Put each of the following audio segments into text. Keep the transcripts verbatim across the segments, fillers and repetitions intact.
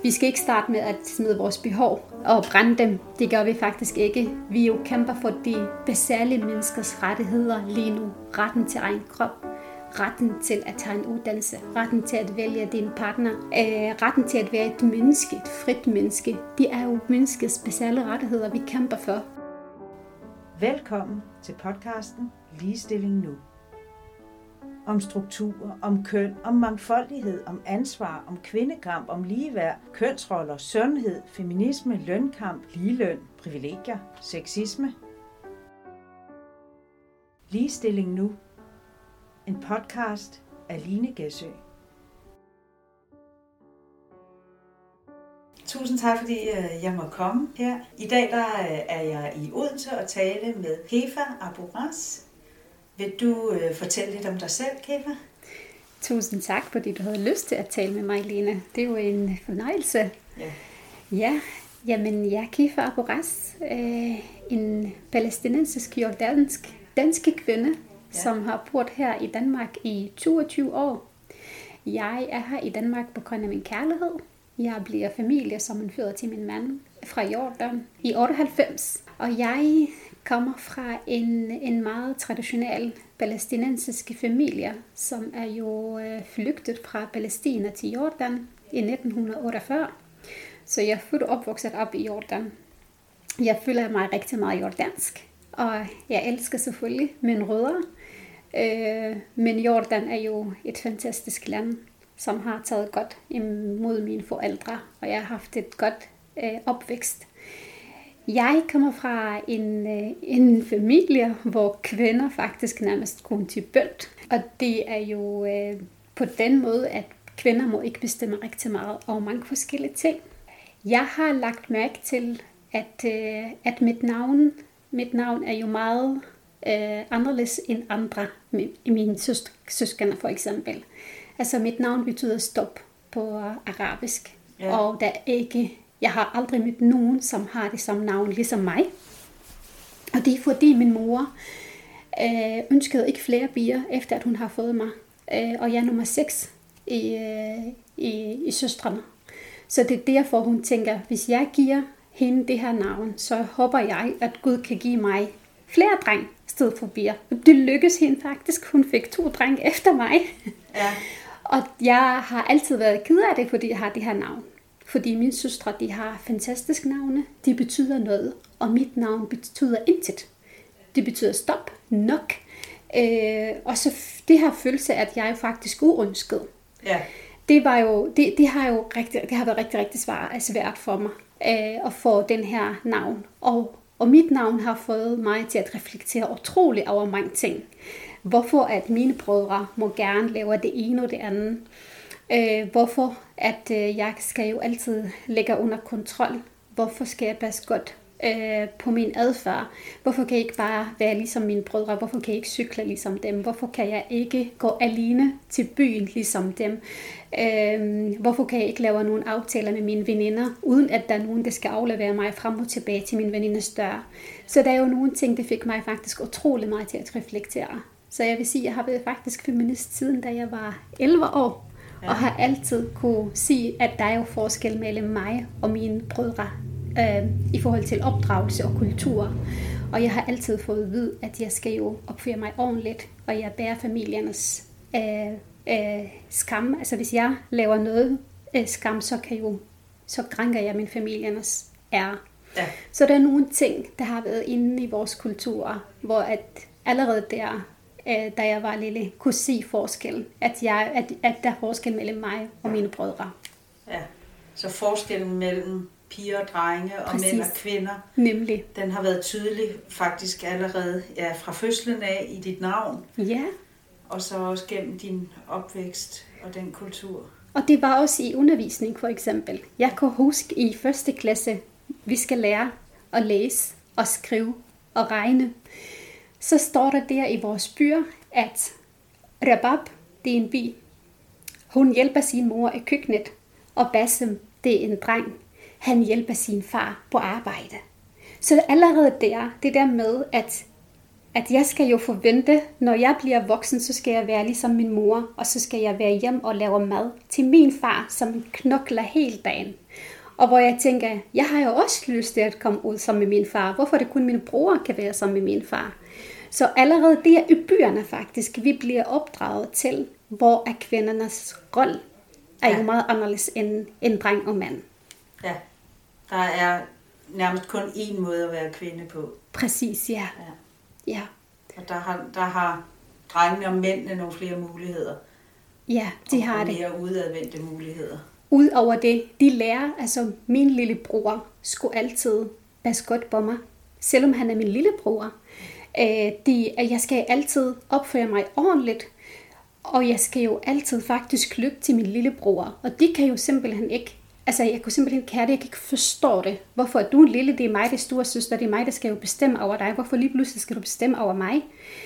Vi skal ikke starte med at smide vores behov og brænde dem. Det gør vi faktisk ikke. Vi jo kæmper for de basale menneskers rettigheder lige nu. Retten til egen krop. Retten til at tage en uddannelse. Retten til at vælge din partner. Øh, retten til at være et menneske. Et frit menneske. De er jo menneskets basale rettigheder, vi kæmper for. Velkommen til podcasten Ligestilling Nu. Om strukturer, om køn, om mangfoldighed, om ansvar, om kvindekamp, om ligeværd, kønsroller, sundhed, feminisme, lønkamp, ligeløn, privilegier, sexisme. Ligestilling Nu. En podcast af Line Gæsø. Tusind tak, fordi jeg må komme her. I dag der er jeg i Odense og tale med Kefa Abu-Ras. Vil du øh, fortælle lidt om dig selv, Kefa? Tusind tak, fordi du havde lyst til at tale med mig, Line. Det er jo en fornøjelse. Ja. Ja, jamen jeg er Kefa Abu-Ras, øh, en palæstinensisk jordansk danske kvinde, ja. som har boet her i Danmark i toogtyve år. Jeg er her i Danmark på grund af min kærlighed. Jeg bliver familiesammenført til min mand fra Jordan i otteoghalvfems, og jeg kommer fra en, en meget traditionel palæstinensisk familie, som er jo øh, flygtet fra Palæstina til Jordan i nitten otteogfyrre. Så jeg er født og opvokset op i Jordan. Jeg føler mig rigtig meget jordansk, og jeg elsker selvfølgelig mine rødder. Øh, men Jordan er jo et fantastisk land, som har taget godt imod mine forældre, og jeg har haft et godt øh, opvækst. Jeg kommer fra en, en familie, hvor kvinder faktisk nærmest kun til bølt. Og det er jo øh, på den måde, at kvinder må ikke bestemme rigtig meget over mange forskellige ting. Jeg har lagt mærke til, at, øh, at mit, navn, mit navn er jo meget øh, anderledes end andre. Mine søs- søskende for eksempel. Altså mit navn betyder stop på arabisk, ja. Og der er ikke... Jeg har aldrig mødt nogen, som har det som navn, ligesom mig. Og det er fordi min mor øh, ønskede ikke flere piger, efter at hun har fået mig. Øh, og jeg er nummer seks i, øh, i, i søstrene. Så det er derfor, hun tænker, hvis jeg giver hende det her navn, så håber jeg, at Gud kan give mig flere drenge i stedet for piger. Det lykkedes hende faktisk. Hun fik to drenge efter mig. Ja. Og jeg har altid været ked af det, fordi jeg har det her navn. Fordi mine søstre, de har fantastiske navne. De betyder noget, og mit navn betyder intet. Det betyder stop, nok. Øh, og så det her følelse, at jeg er faktisk uønsket. Ja. Det, var jo, det, det, har jo rigtig, det har været rigtig, rigtig svært, svært for mig øh, at få den her navn. Og, og mit navn har fået mig til at reflektere utroligt over mange ting. Hvorfor at mine brødre må gerne lave det ene og det andet. Øh, hvorfor at øh, jeg skal jo altid lægge under kontrol. Hvorfor skal jeg passe godt øh, på min adfærd? Hvorfor kan jeg ikke bare være ligesom mine brødre? Hvorfor kan jeg ikke cykle ligesom dem? Hvorfor kan jeg ikke gå alene til byen ligesom dem? Øh, hvorfor kan jeg ikke lave nogle aftaler med mine veninder, uden at der er nogen, der skal aflevere mig frem og tilbage til min veninders dør? Så der er jo nogle ting, der fik mig faktisk utrolig meget til at reflektere. Så jeg vil sige, at jeg har været faktisk feminist siden, da jeg var elleve år. Ja. Og har altid kunne sige, at der er jo forskel mellem mig og mine brødre øh, i forhold til opdragelse og kultur. Og jeg har altid fået at vide, at jeg skal jo opføre mig ordentligt, og jeg bærer familiernes øh, øh, skam. Altså hvis jeg laver noget øh, skam, så kan jo så krænker jeg min familiernes ære. Ja. Så der er nogle ting, der har været inde i vores kultur, hvor at allerede der da jeg var lille, kunne se forskel, at, jeg, at, at der er forskel mellem mig og mine brødre. Ja, så forskellen mellem piger og drenge og Præcis. Mænd og kvinder, Nemlig. Den har været tydelig faktisk allerede ja, fra fødslen af i dit navn. Ja. Og så også gennem din opvækst og den kultur. Og det var også i undervisning for eksempel. Jeg kan huske i første klasse, vi skal lære at læse og skrive og regne. Så står der der i vores byer, at Rabab, det er en bi. Hun hjælper sin mor i køkkenet, og Bassem, det er en dreng. Han hjælper sin far på arbejde. Så allerede der, det der med, at at jeg skal jo forvente, når jeg bliver voksen, så skal jeg være ligesom min mor, og så skal jeg være hjem og lave mad til min far, som knokler hele dagen. Og hvor jeg tænker, jeg har jo også lyst til at komme ud sammen med min far. Hvorfor er det kun mine bror kan være sammen med min far? Så allerede det er i byerne faktisk, vi bliver opdraget til, hvor er kvindernes rolle er ja. jo meget anderledes end, end dreng og mand. Ja, der er nærmest kun én måde at være kvinde på. Præcis, ja. ja. ja. Og der har, der har drengene og mændene nogle flere muligheder. Ja, de har og det. mere udadvendte muligheder. Udover det, de lærer, altså min lillebror skulle altid passe godt på mig, selvom han er min lillebror. Øh, de, jeg skal altid opføre mig ordentligt, og jeg skal jo altid faktisk lytte til min lillebror. Og de kan jo simpelthen ikke, altså jeg kunne simpelthen kære det, jeg kan ikke forstå det. Hvorfor er du en lille, det er mig, det store søster, det er mig, der skal jo bestemme over dig. Hvorfor lige pludselig skal du bestemme over mig?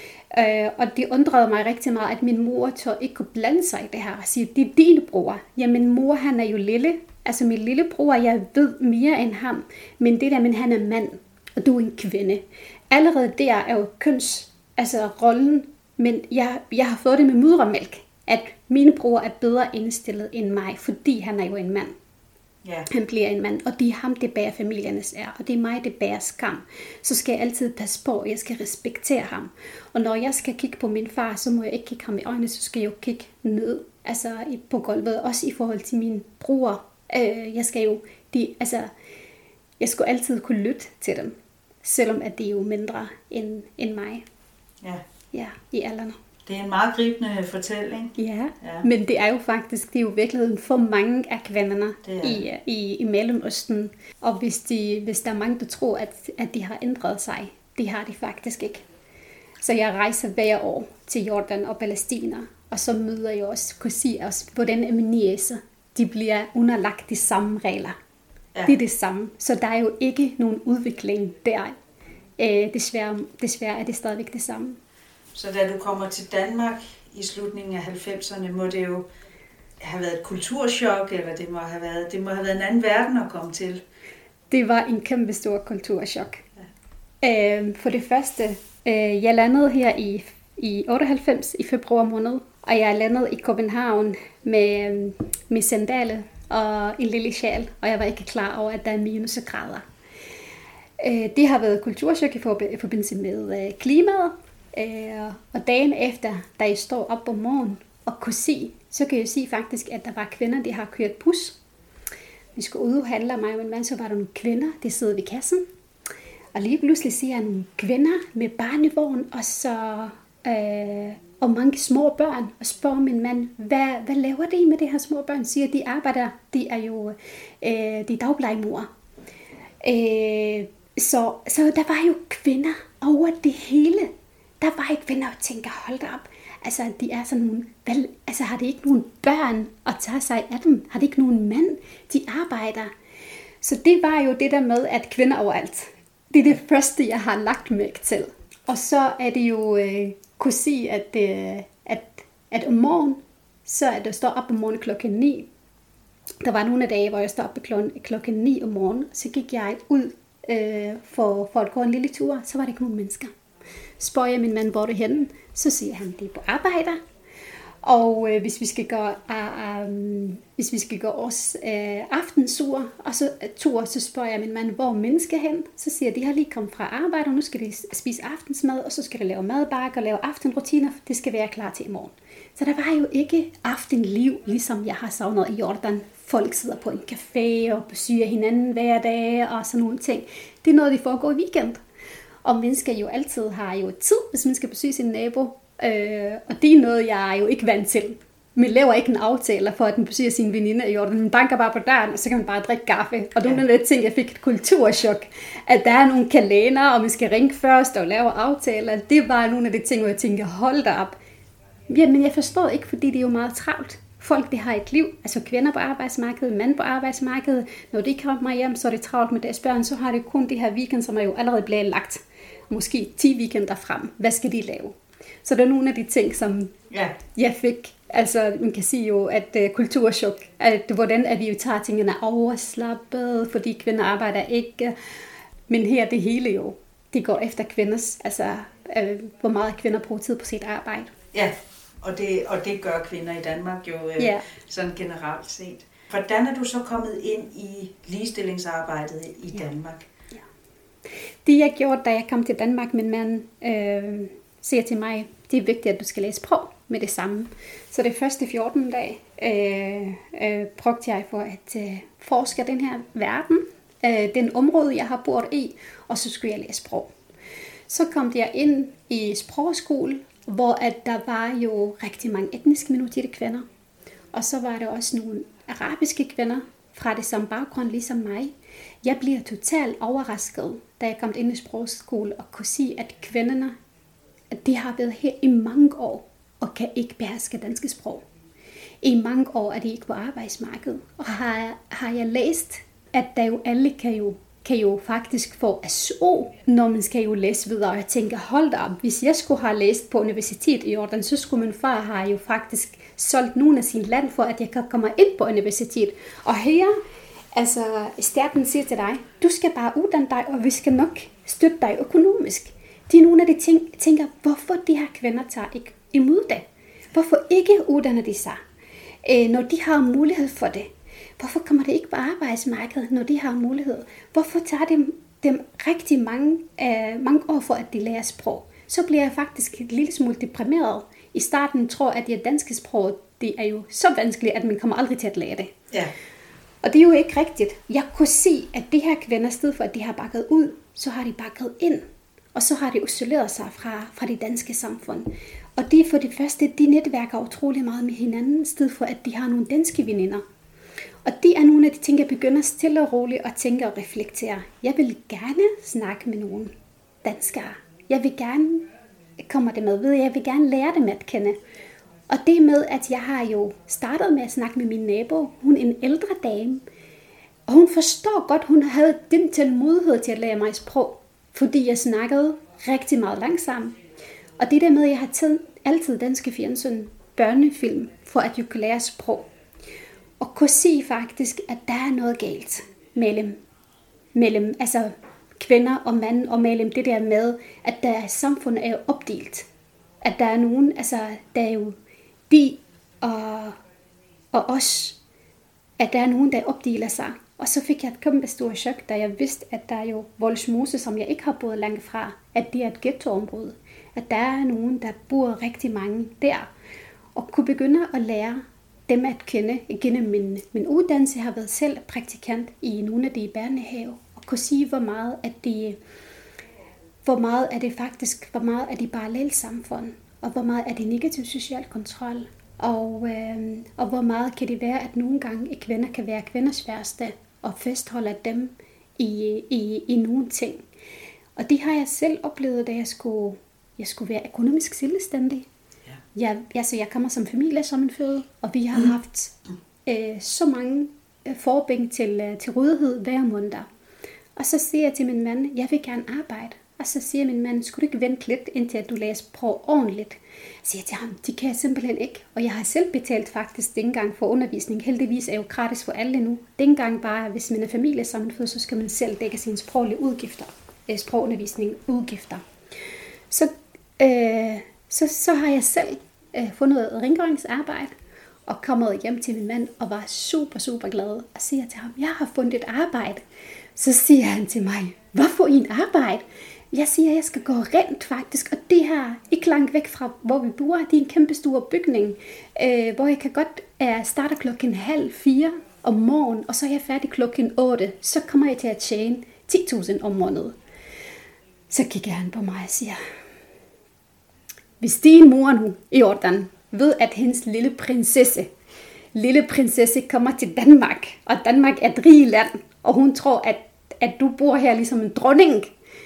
Uh, og det undrede mig rigtig meget, at min mor tør ikke kunne blande sig i det her og sige, det er dine bror. Jamen mor, han er jo lille. Altså min lillebror, jeg ved mere end ham. Men det der, men han er mand, og du er en kvinde. Allerede der er jo køns, altså rollen. Men jeg, jeg har fået det med mudremælk, at min bror er bedre indstillet end mig, fordi han er jo en mand. Yeah. Han bliver en mand, og det er ham, det bærer familiernes er, og det er mig, det bærer skam. Så skal jeg altid passe på, jeg skal respektere ham. Og når jeg skal kigge på min far, så må jeg ikke kigge ham i øjnene, så skal jeg jo kigge ned, altså på gulvet, også i forhold til min bror. Øh, jeg skal jo, de, altså, jeg skal altid kunne lytte til dem, selvom at de er jo mindre end, end mig. Ja. Ja, i alderen. Det er en meget gribende fortælling. Ja, ja, men det er jo faktisk, det er jo virkeligheden for mange af kvinderne i, i, i Mellemøsten. Og hvis, de, hvis der er mange, der tror, at, at de har ændret sig, det har de faktisk ikke. Så jeg rejser hver år til Jordan og Palæstina, og så møder jeg også, kunne sige også, hvordan er mine niece, de bliver underlagt de samme regler. Ja. Det er det samme, så der er jo ikke nogen udvikling der. Øh, desværre, desværre er det stadigvæk det samme. Så da du kommer til Danmark i slutningen af halvfemserne, må det jo have været et kulturschok, eller det må have været, det må have været en anden verden at komme til? Det var en kæmpe stor kulturschok. Ja. Øh, for det første, øh, jeg landede her i, i otteoghalvfems i februar måned, og jeg landede i København med, med sandaler og en lille sjal, og jeg var ikke klar over, at der er minusgrader. Øh, det har været kulturschok i forbindelse med øh, klimaet. Uh, og dagen efter, da jeg står op om morgenen og kunne se, så kan jeg sige faktisk, at der var kvinder, der har kørt bus. Vi skulle ud og handle, mig og min mand, så var der nogle kvinder, der sidder ved kassen. Og lige pludselig ser jeg nogle kvinder med barnevogn, og så uh, og mange små børn, og spørger min mand, hvad, hvad laver de med de her små børn? Siger, de arbejder, de er jo uh, de er dagplejemor. Uh, så, så der var jo kvinder over det hele. Der var ikke kvinder, og tænker, hold da op. Altså, de er sådan nogle, vel, altså, har de ikke nogen børn at tage sig af dem? Har de ikke nogen mænd? De arbejder. Så det var jo det der med, at kvinder overalt. Det er det første, jeg har lagt mærke til. Og så er det jo, øh, kunne sige, at, øh, at, at om morgen, så er det står op om morgenen klokken ni. Der var nogle dage, hvor jeg stod op klokken, klokken ni om morgenen. Så gik jeg ud øh, for, for at gå en lille tur. Så var det ikke nogen mennesker. Spørger jeg min mand, hvor det henne, så siger han, det er på arbejder. Og øh, hvis vi skal gå, uh, um, hvis vi skal gå os uh, aftensur, og så uh, tur, så spørger jeg min mand, hvor mennesker hen. Så siger de har lige kommet fra arbejde, og nu skal de spise aftensmad, og så skal de lave madbakke og lave aftenrutiner, for det skal være klar til i morgen. Så der var jo ikke aftenliv, ligesom jeg har savnet i Jordan. Folk sidder på en café og besøger hinanden hver dag og sådan nogle ting. Det er noget, de foregår i weekend. Og mennesker jo altid har jo tid, hvis man skal besøge sin nabo. Øh, og det er noget, jeg er jo ikke vant til. Man laver ikke en aftale for, at man besøger sine veninder i Jordan. Man banker bare på døren, og så kan man bare drikke kaffe. Og det er nogle af de ting, jeg fik et kulturschok. At der er nogle kalender, og man skal ringe først og lave aftaler. Det var nogle af de ting, hvor jeg tænker, hold da op. Jamen, jeg forstår ikke, fordi det er jo meget travlt. Folk, det har et liv, altså kvinder på arbejdsmarkedet, mænd på arbejdsmarkedet. Når de kommer hjem, så er det travlt med deres børn, så har det kun det her weekend, som er jo allerede blevet lagt. Måske ti weekender frem. Hvad skal de lave? Så der er nogle af de ting, som ja. jeg fik. Altså, man kan sige jo, at uh, kulturschok, at hvordan at vi jo tager tingene overslappet, fordi kvinder arbejder ikke. Men her det hele jo. de går efter kvinders, altså øh, hvor meget kvinder bruger tid på sit arbejde. Ja, og det, og det gør kvinder i Danmark jo øh, ja. Sådan generelt set. Hvordan er du så kommet ind i ligestillingsarbejdet i ja. Danmark? Ja. Det jeg gjorde, da jeg kom til Danmark, min mand øh, siger til mig, det er vigtigt, at du skal læse sprog med det samme. Så det første fjorten dage øh, øh, brugte jeg for at øh, forske den her verden, øh, den område, jeg har boet i, og så skulle jeg læse sprog. Så kom jeg ind i sprogskole, hvor at der var jo rigtig mange etniske minoritetskvinder. Og så var der også nogle arabiske kvinder fra det samme baggrund, ligesom mig. Jeg bliver totalt overrasket, da jeg kom ind i sprogskole og kunne sige, at kvinderne, at de har været her i mange år og kan ikke beherske danske sprog. I mange år er de ikke på arbejdsmarkedet. Og har, har jeg læst, at der jo alle kan jo, kan jo faktisk få S O, når man skal jo læse videre. Jeg tænker, hold da op, hvis jeg skulle have læst på universitet i Jordan, så skulle min far have jo faktisk solgt nogle af sin land for, at jeg kan komme ind på universitet. Og her, altså staten siger til dig, du skal bare uddanne dig, og vi skal nok støtte dig økonomisk. Det er nogle af de ting, jeg tænker, hvorfor de her kvinder tager ikke imod det? Hvorfor ikke uddanner de sig, når de har mulighed for det? Hvorfor kommer det ikke på arbejdsmarkedet, når de har mulighed? Hvorfor tager det dem rigtig mange, uh, mange år for, at de lærer sprog? Så bliver jeg faktisk et lille smule deprimeret. I starten tror jeg, at det danske sprog, det er jo så vanskeligt, at man kommer aldrig til at lære det. Ja. Og det er jo ikke rigtigt. Jeg kunne se, at de her kvinder, i stedet for at de har bakket ud, så har de bakket ind. Og så har de isoleret sig fra, fra det danske samfund. Og det er for det første, de netværker utrolig meget med hinanden, i stedet for at de har nogle danske veninder. Og det er nogle af de ting, jeg begynder stille og roligt at tænke og reflektere. Jeg vil gerne snakke med nogle danskere. Jeg vil gerne komme det med ved. Jeg vil gerne lære dem at kende. Og det med, at jeg har jo startet med at snakke med min nabo. Hun er en ældre dame. Og hun forstår godt, hun havde den tålmodighed til at lære mig sprog. Fordi jeg snakkede rigtig meget langsomt. Og det der med, at jeg har taget altid danske fjernsyn, børnefilm, for at jeg kan lære sprog. Og kunne se faktisk, at der er noget galt mellem, mellem altså kvinder og mænd, og mellem det der med, at der samfundet er opdelt. At der er nogen, altså der er jo de og, og os, at der er nogen, der opdeler sig. Og så fik jeg et kæmpe stort chok, da jeg vidste, at der er jo Vollsmose, som jeg ikke har boet langt fra, at det er et ghettoområde. At der er nogen, der bor rigtig mange der, og kunne begynde at lære dem at kende gennem min, min uddannelse. Jeg har været selv praktikant i nogle af de børnehaver, og kunne sige, hvor meget at de, hvor meget er det faktisk, hvor meget er det parallelsamfund, og hvor meget er det negativ social kontrol, og, øh, og hvor meget kan det være, at nogle gange kvinder kan være kvinders værste, og fastholde dem i, i, i nogle ting. Og det har jeg selv oplevet, da jeg skulle, jeg skulle være økonomisk selvstændig. Ja, altså jeg kommer som familiesammenført, og vi har haft øh, så mange øh, forpenge til, øh, til rådighed hver måned. Og så siger jeg til min mand, jeg vil gerne arbejde. Og så siger min mand, skulle du ikke vente lidt, indtil at du lærer sprog ordentligt? Så siger jeg til ham, det kan jeg simpelthen ikke. Og jeg har selv betalt faktisk dengang for undervisning. Heldigvis er jo gratis for alle nu. Dengang bare, hvis man er familiesammenført, så skal man selv dække sine sproglige udgifter. Øh, sprogundervisning udgifter. Så... Øh, Så, så har jeg selv øh, fundet noget rengøringsarbejde og kommet hjem til min mand og var super, super glad og siger til ham, jeg har fundet et arbejde. Så siger han til mig, hvorfor i en arbejde? Jeg siger, jeg skal gå rent faktisk, og det her ikke langt væk fra, hvor vi bor. Det er en kæmpe stor bygning, øh, hvor jeg kan godt øh, starte klokken halv fire om morgenen, og så er jeg færdig klokken otte. Så kommer jeg til at tjene ti tusind om måneden. Så kigger han på mig og siger, hvis din mor nu i Jordan ved, at hendes lille prinsesse, lille prinsesse kommer til Danmark, og Danmark er et rigt land, og hun tror, at, at du bor her ligesom en dronning,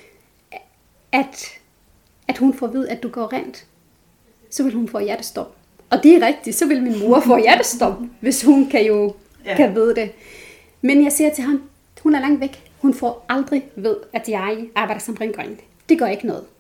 at, at hun får ved, at du går rent, så vil hun få hjertestop. Og det er rigtigt, så vil min mor få hjertestop, hvis hun kan jo ja. kan vide det. Men jeg siger til ham, hun er langt væk. Hun får aldrig ved, at jeg arbejder som rengøring. Det gør ikke noget.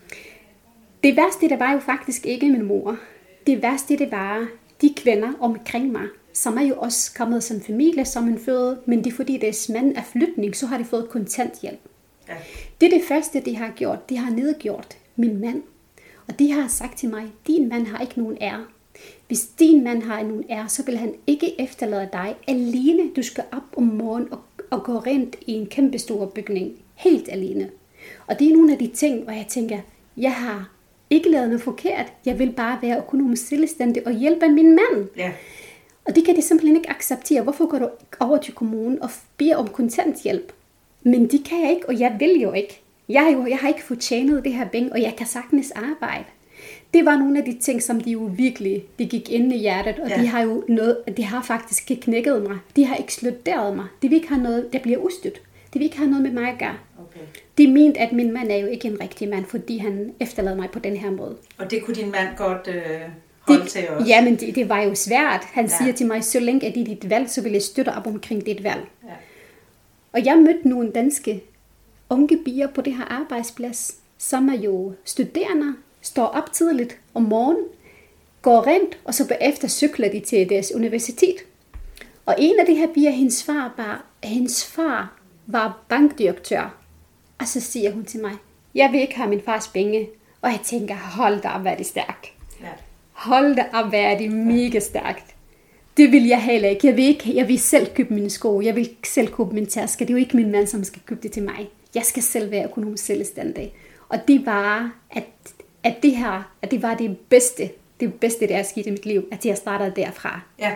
Det værste, det var jo faktisk ikke min mor. Det værste, det var de kvinder omkring mig, som er jo også kommet som familie, som en føde, men det er fordi deres mand er flytning, så har de fået kontanthjælp. Ja. Det er det første, de har gjort. De har nedgjort min mand. Og de har sagt til mig, din mand har ikke nogen ære. Hvis din mand har nogen ære, så vil han ikke efterlade dig alene. Du skal op om morgenen og, og gå rent i en kæmpe stor bygning. Helt alene. Og det er nogle af de ting, hvor jeg tænker, jeg har ikke lavet noget forkert. Jeg vil bare være økonomisk selvstændig og hjælpe min mand. Ja. Og det kan de simpelthen ikke acceptere. Hvorfor går du over til kommunen og beder om kontanthjælp? Men de kan jeg ikke, og jeg vil jo ikke. Jeg, jo, jeg har ikke fortjent det her penge, og jeg kan sagtens arbejde. Det var nogle af de ting, som de jo virkelig de gik ind i hjertet, og ja. de har jo noget, de har faktisk knækket mig. De har ekskluderet mig. De vil ikke have noget, der bliver udstødt. De vil ikke have noget med mig at gøre. Okay. De mente, at min mand er jo ikke en rigtig mand, fordi han efterlader mig på den her måde. Og det kunne din mand godt øh, holde det, til også? Ja, men det, det var jo svært. Han ja. siger til mig, så længe er det dit valg, så vil jeg støtte op omkring dit valg. Ja. Og jeg mødte nogle danske unge piger på det her arbejdsplads, som er jo studerende, står op tidligt om morgenen, går rent, og så bagefter cykler de til deres universitet. Og en af de her piger, hendes far var, hendes far var bankdirektør. Og så siger hun til mig, jeg vil ikke have min fars penge. Og jeg tænker, hold da op, hvad er det stærkt. Ja. Hold da op, hvad er det mega stærkt. Det vil jeg heller ikke. Jeg vil, ikke. jeg vil selv købe mine sko. Jeg vil selv købe min taske. Det er jo ikke min mand, som skal købe det til mig. Jeg skal selv være økonomisk selvstændig. Og det var, at, at det her, at det var det bedste, det bedste, der er sket i mit liv, at jeg startede derfra. Ja.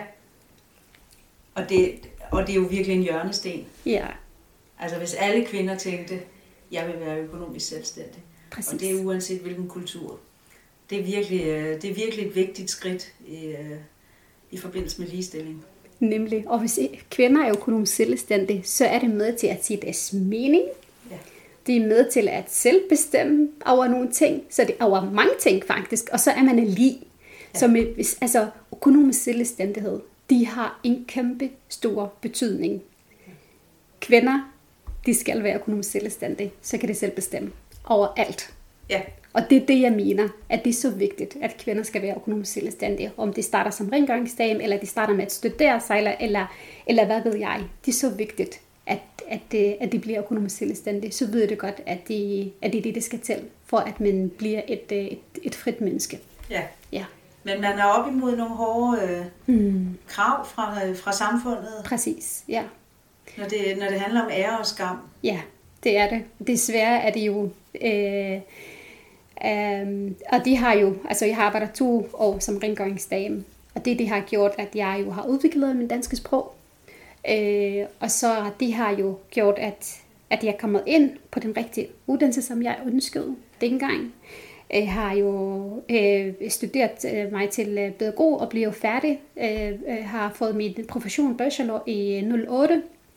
Og det, og det er jo virkelig en hjørnesten. Ja. Altså hvis alle kvinder tænkte, jeg vil være økonomisk selvstændig. Præcis. Og det er uanset hvilken kultur. Det er virkelig, det er virkelig et vigtigt skridt i, i forbindelse med ligestilling. Nemlig. Og hvis kvinder er økonomisk selvstændige, så er det med til at sige deres mening. Ja. Det er med til at selv bestemme over nogle ting. Så det er over mange ting faktisk. Og så er man lige. Ja. Så med, altså økonomisk selvstændighed, de har en kæmpe stor betydning. Kvinder, de skal være økonomisk selvstændige, så kan de selv bestemme over alt. Ja. Og det er det, jeg mener, at det er så vigtigt, at kvinder skal være økonomisk selvstændige. Om de starter som rengøringsdame, eller de starter med at studere sig, eller, eller, eller hvad ved jeg. Det er så vigtigt, at, at, at de bliver økonomisk selvstændige. Så ved det godt, at, de, at det er det, det skal til, for at man bliver et, et, et frit menneske. Ja. Ja. Men man er op imod nogle hårde øh, mm. krav fra, fra samfundet. Præcis, ja. Når det, når det handler om ære og skam. Ja, det er det. Desværre er det jo... Øh, øh, og de har jo... Altså, jeg har arbejdet to år som rengøringsdame. Og det, det har gjort, at jeg jo har udviklet min danske sprog. Øh, og så det har jo gjort, at, at jeg er kommet ind på den rigtige uddannelse, som jeg ønskede dengang. Jeg har jo øh, studeret øh, mig til pædagog og blev færdig. Jeg øh, har fået min profession bachelor i nul otte.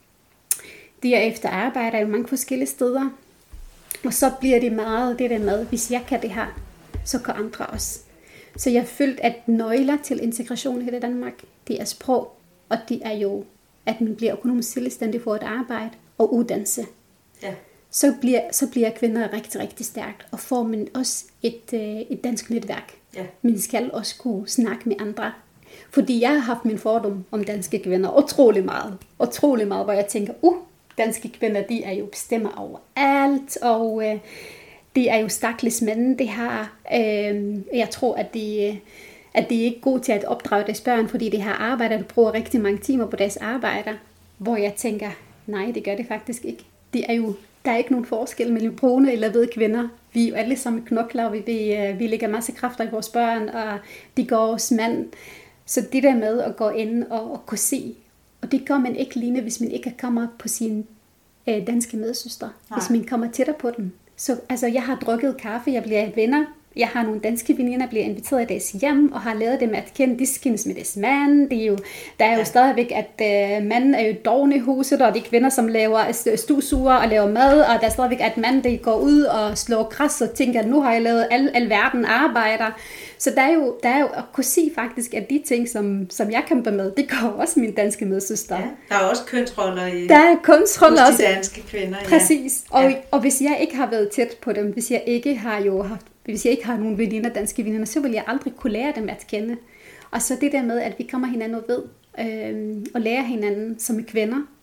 Derefter arbejder jeg jo mange forskellige steder. Og så bliver det meget det der med, hvis jeg kan det her, så kan andre også. Så jeg har følt, at nøgler til integration her i Danmark, det er sprog, og det er jo, at man bliver økonomisk selvstændig for et arbejde og uddannelse. Ja. Så, bliver, så bliver kvinder rigtig, rigtig stærkt, og får man også et, et dansk netværk. Ja. Man skal også kunne snakke med andre. Fordi jeg har haft min fordom om danske kvinder utrolig meget. Utrolig meget, hvor jeg tænker, uh, danske kvinder, de er jo bestemmer over alt, og øh, det er jo stakkels mænd, det har. Øh, jeg tror, at de, at de er ikke gode til at opdrage deres børn, fordi de har arbejdet og bruger rigtig mange timer på deres arbejder. Hvor jeg tænker, nej, det gør det faktisk ikke. Det er jo, der er ikke nogen forskel mellem brune eller hvide kvinder. Vi er jo alle sammen knokler, vi, vi, vi lægger masse kræfter i vores børn, og de går hos mand. Så det der med at gå ind og, og kunne se, og det gør man ikke lige, hvis man ikke kommer på sine øh, danske medsøstre. Nej. Hvis man kommer tættere på dem. Så altså, jeg har drukket kaffe, jeg bliver venner. Jeg har nogle danske veninder, der bliver inviteret i deres hjem, og har lavet dem at kende, de skændes med deres mand. Det er jo, der er jo ja. stadigvæk, at øh, manden er jo doven i huset, og de kvinder, som laver stusuger og laver mad, og der er stadigvæk, at manden der går ud og slår græs og tænker, at nu har jeg lavet al, al verden arbejder. Så der er, jo, der er jo at kunne se faktisk, at de ting, som, som jeg kæmper med, det går også min danske medsøster. Ja, der er også kønsroller i der er kønsroller hos også. de danske kvinder. Præcis. Ja. Og, ja. og hvis jeg ikke har været tæt på dem, hvis jeg ikke har jo haft Hvis jeg ikke har nogen veninder, danske veninder, så vil jeg aldrig kunne lære dem at kende. Og så det der med, at vi kommer hinanden ved, øh, og lærer hinanden som kvinder,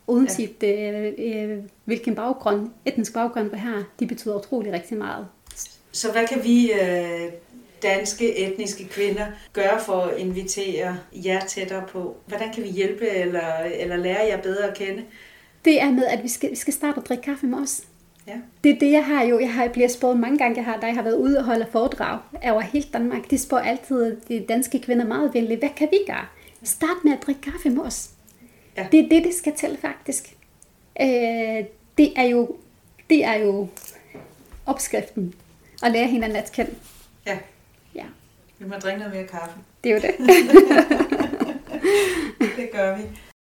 Uanset ja. øh, øh, hvilken baggrund, etnisk baggrund vi har, de betyder utrolig rigtig meget. Så hvad kan vi øh, danske etniske kvinder gøre for at invitere jer tættere på? Hvordan kan vi hjælpe eller, eller lære jer bedre at kende? Det er med, at vi skal, vi skal starte at drikke kaffe med os. Ja. Det er det, jeg har jo. Jeg har blevet spurgt mange gange, jeg har, da jeg har været ude og holde foredrag over hele Danmark. De spørger altid de danske kvinder meget venligt, hvad kan vi gøre? Start med at drikke kaffe med os. Ja. Det er det, det skal til faktisk. Øh, det, er jo, det er jo opskriften at lære hinanden at kende. Ja. Ja. Vi må drikke noget mere kaffe. Det er jo det. Det gør vi.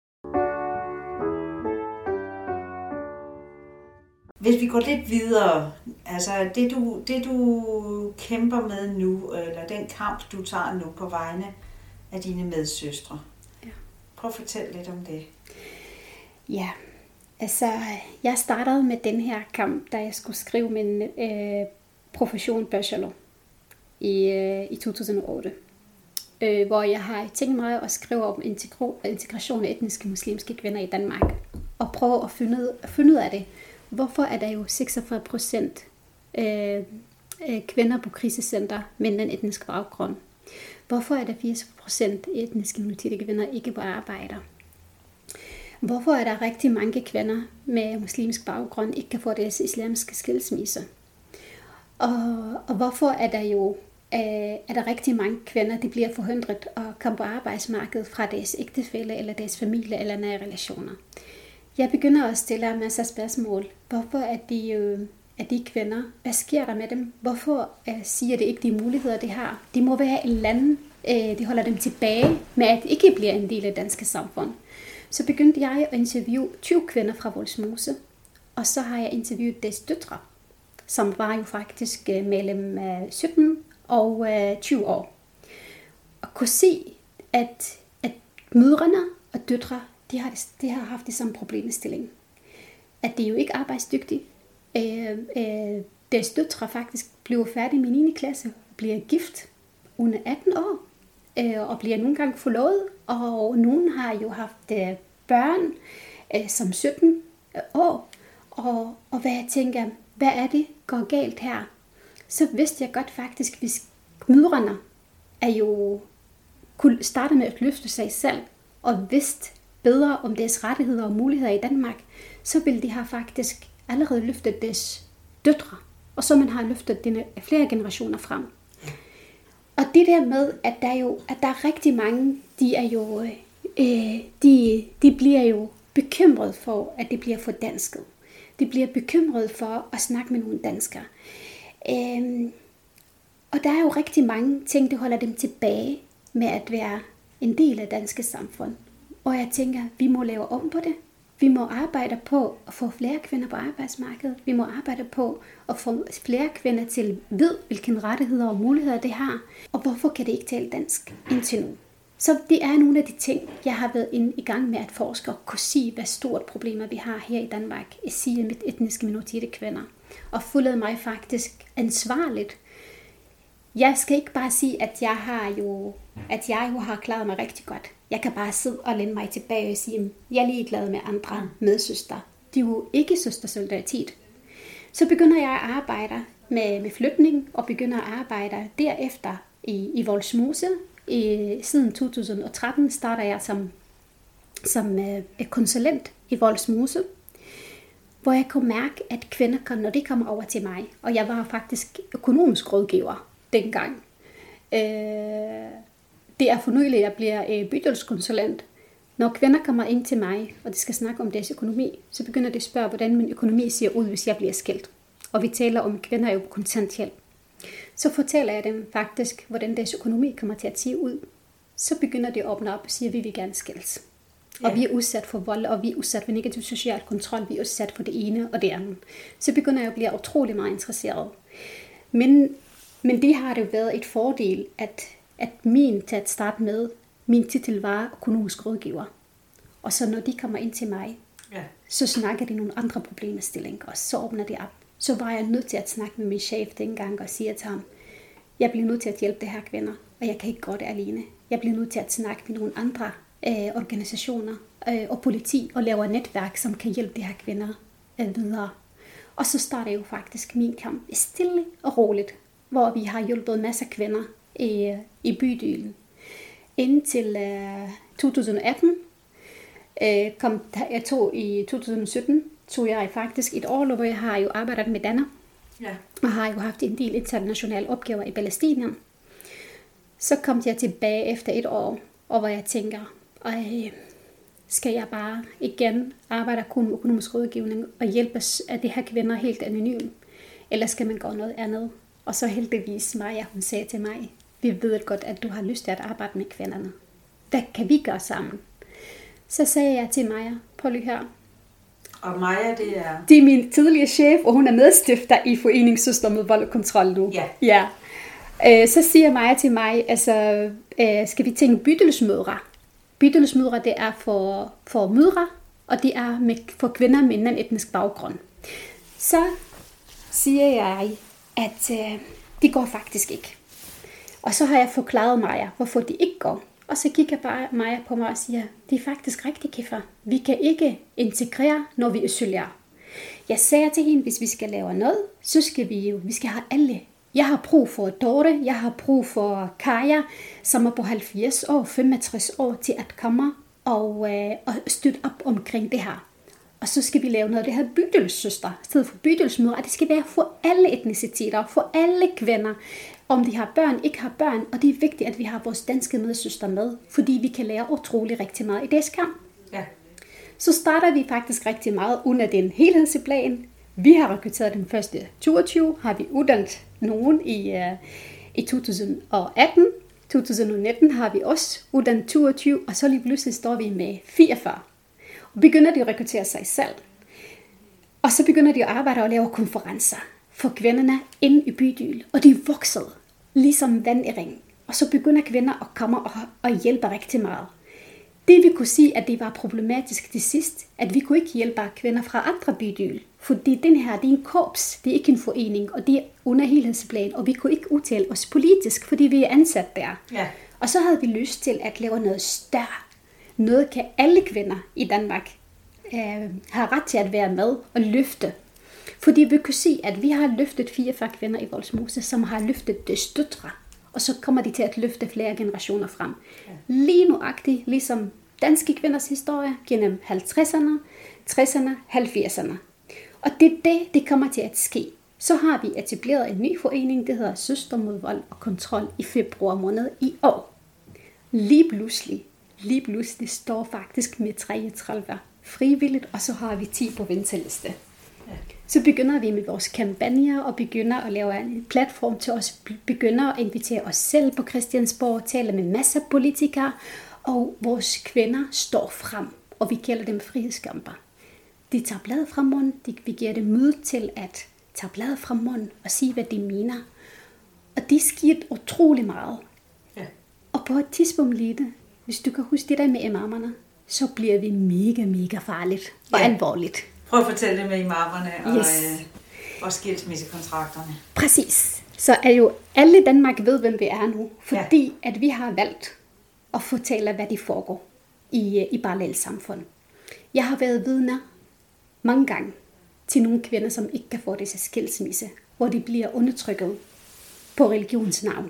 Hvis vi går lidt videre, altså det du, det du kæmper med nu, eller den kamp du tager nu på vegne af dine medsøstre. Ja. Prøv at fortælle lidt om det. Ja, altså jeg startede med den her kamp, da jeg skulle skrive min øh, profession bachelor i, øh, i to tusind og otte. Øh, hvor jeg har tænkt mig at skrive om integro, integration af etniske muslimske kvinder i Danmark. Og prøve at finde ud, at finde ud af det. Hvorfor er der jo seksogfyrre procent øh, kvinder på krisecenter med en etnisk baggrund? Hvorfor er der firs procent etniske minoritetskvinder ikke på arbejde? Hvorfor er der rigtig mange kvinder med muslimsk baggrund ikke kan få deres islamiske skilsmisse? Og, og hvorfor er der jo øh, er der rigtig mange kvinder, der bliver forhindret at komme på arbejdsmarkedet fra deres ægtefælle eller deres familie eller nære relationer? Jeg begynder at stille masser af spørgsmål. Hvorfor er de, øh, er de kvinder? Hvad sker der med dem? Hvorfor øh, siger det ikke de muligheder, de har? De må være et land, øh, de holder dem tilbage med at ikke blive en del af det danske samfund. Så begyndte jeg at interviewe tyve kvinder fra Vollsmose, og så har jeg interviewet deres døtre, som var jo faktisk øh, mellem øh, sytten og øh, tyve år. Og kunne se, at, at mødrene og døtre, De har, de har haft det som problemstilling. At de jo ikke er arbejdsdygtige. Øh, øh, deres døtre faktisk bliver færdige med niende klasse, bliver gift under atten år, øh, og bliver nogle gange forlovet, og nogen har jo haft øh, børn øh, som sytten år, og, og hvad jeg tænker, hvad er det, går galt her? Så vidste jeg godt faktisk, hvis mødrene er jo kunne starte med at løfte sig selv, og vidste bedre om deres rettigheder og muligheder i Danmark, så vil de have faktisk allerede løftet deres døtre, og så man har løftet dine flere generationer frem. Og det der med, at der jo at der er rigtig mange, de er jo øh, de, de bliver jo bekymret for, at det bliver for dansket. De bliver bekymret for at snakke med nogle danskere. Øh, og der er jo rigtig mange ting, der holder dem tilbage med at være en del af danske samfund. Og jeg tænker, vi må lave om på det. Vi må arbejde på at få flere kvinder på arbejdsmarkedet. Vi må arbejde på at få flere kvinder til at vide, hvilke rettigheder og muligheder det har. Og hvorfor kan det ikke tale dansk indtil nu? Så det er nogle af de ting, jeg har været inde i gang med at forske og kunne sige, hvad stort problemer vi har her i Danmark, i sige med etniske minoritetskvinder. Og følte mig faktisk ansvarligt. Jeg skal ikke bare sige, at jeg har jo, at jeg jo har klaret mig rigtig godt. Jeg kan bare sidde og læne mig tilbage og sige, at jeg er ligeglad med andre medsøstre. De er jo ikke søstersolidaritet. Så begynder jeg at arbejde med, med flytning, og begynder at arbejde derefter i, i Vollsmose. I, siden to tusind og tretten starter jeg som, som uh, konsulent i Vollsmose, hvor jeg kunne mærke, at kvinder, kom, når de kommer over til mig, og jeg var faktisk økonomisk rådgiver dengang. Øh, det er for nylig, at jeg bliver bydelskonsulent. Når kvinder kommer ind til mig, og de skal snakke om deres økonomi, så begynder de at spørge, hvordan min økonomi ser ud, hvis jeg bliver skilt. Og vi taler om, kvinder er jo på kontanthjælp. Så fortæller jeg dem faktisk, hvordan deres økonomi kommer til at se ud. Så begynder de at åbne op og sige, at vi vil gerne skilles. Ja. Og vi er udsat for vold, og vi er udsat for negativ social kontrol, vi er udsat for det ene og det andet. Så begynder jeg at blive utrolig meget interesseret. Men, men det har det været et fordel, at, at min til at starte med, min titel var økonomisk rådgiver. Og så når de kommer ind til mig, ja. Så snakker de nogle andre problemstillinger, og så åbner de op. Så var jeg nødt til at snakke med min chef dengang og sige til ham, jeg bliver nødt til at hjælpe det her kvinder, og jeg kan ikke gøre det alene. Jeg bliver nødt til at snakke med nogle andre øh, organisationer øh, og politi og laver netværk, som kan hjælpe de her kvinder øh, videre. Og så starter jo faktisk min kamp stille og roligt, hvor vi har hjulpet masser af kvinder i, i bydelen. Indtil øh, to tusind atten, øh, kom jeg tog i to tusind sytten, tog jeg faktisk et år, hvor jeg har jo arbejdet med Danner. Ja. Og har jo haft en del internationale opgaver i Palæstina. Så kom jeg tilbage efter et år, og hvor jeg tænker, ej, skal jeg bare igen arbejde kun med økonomisk rådgivning og hjælpe af de her kvinder helt anonymt? Eller skal man gøre noget andet? Og så heldigvis Maja, hun sagde til mig, vi ved godt, at du har lyst til at arbejde med kvinderne. Hvad kan vi gøre sammen? Så sagde jeg til Maja, prøv lige her. Og Maja, det er... Det er min tidligere chef, og hun er medstifter i Foreningen Søstre mod vold og kontrol nu. Ja. Ja. Så siger Maja til mig, altså, skal vi tænke bydelsmødre? Bydelsmødre, det er for, for mødre, og det er med, for kvinder med en etnisk baggrund. Så siger jeg, at øh, det går faktisk ikke. Og så har jeg forklaret Maja, hvorfor det ikke går. Og så kigger bare Maja på mig og siger, det er faktisk rigtigt, Kiffer. Vi kan ikke integrere, når vi isolerer. Jeg sagde til hende, hvis vi skal lave noget, så skal vi jo, vi skal have alle. Jeg har brug for Dorte, jeg har brug for Kaja, som er på halvfjerds år, femogtres år, til at komme og, øh, og støtte op omkring det her. Og så skal vi lave noget af det her bydelssøster, i stedet for bydelsmødre. Det skal være for alle etniciteter, for alle kvinder, om de har børn, ikke har børn. Og det er vigtigt, at vi har vores danske medsøster med, fordi vi kan lære utrolig rigtig meget i deres kamp. Ja. Så starter vi faktisk rigtig meget under den helhedsplan. Vi har rekrutteret den første toogtyve, har vi uddannet nogen i, uh, i to tusind atten. to tusind nitten har vi også uddannet toogtyve, og så lige pludselig står vi med fireogfyrre. Og begynder de at rekruttere sig selv. Og så begynder de at arbejde og lave konferencer for kvinderne inde i bydelen. Og de er vokset, ligesom vand i ring. Og så begynder kvinder at komme og, og hjælpe rigtig meget. Det vi kunne sige, at det var problematisk til sidst, at vi kunne ikke hjælpe kvinder fra andre bydel. Fordi den her, det er en korps, det er ikke en forening, og det er under helhedsplan. Og vi kunne ikke udtale os politisk, fordi vi er ansat der. Ja. Og så havde vi lyst til at lave noget større. Noget kan alle kvinder i Danmark øh, have ret til at være med og løfte. Fordi vi kan se, at vi har løftet fireogfyrre kvinder i Vollsmose, som har løftet det støtre. Og så kommer de til at løfte flere generationer frem. Ja. Lige nuagtigt, ligesom danske kvinders historie gennem halvtredserne, tresserne, halvfjerdserne. Og det er det, det kommer til at ske. Så har vi etableret en ny forening, det hedder Søstre mod vold og kontrol i februar måned i år. Lige pludselig, lige pludselig står faktisk med treogtredive frivilligt, og så har vi ti på venteliste. Ja. Så begynder vi med vores kampagner og begynder at lave en platform til os, begynder at invitere os selv på Christiansborg, tale med masser af politikere, og vores kvinder står frem, og vi kalder dem frihedskæmper. De tager bladet fra munden, de, vi giver dem møde til at tage bladet fra munden og sige, hvad de mener. Og det sker utrolig meget. Ja. Og på et tidspunkt lige det, hvis du kan huske det der med imamerne, så bliver vi mega, mega farligt og ja. alvorligt. Prøv at fortælle det med imamerne og, yes. øh, og skilsmissekontrakterne. Præcis. Så er jo alle i Danmark ved, hvem vi er nu, fordi ja. at vi har valgt at fortælle, hvad de foregår i, i parallelsamfund. Jeg har været vidner mange gange til nogle kvinder, som ikke kan få disse skilsmisse, hvor de bliver undertrykket på religionsnavn.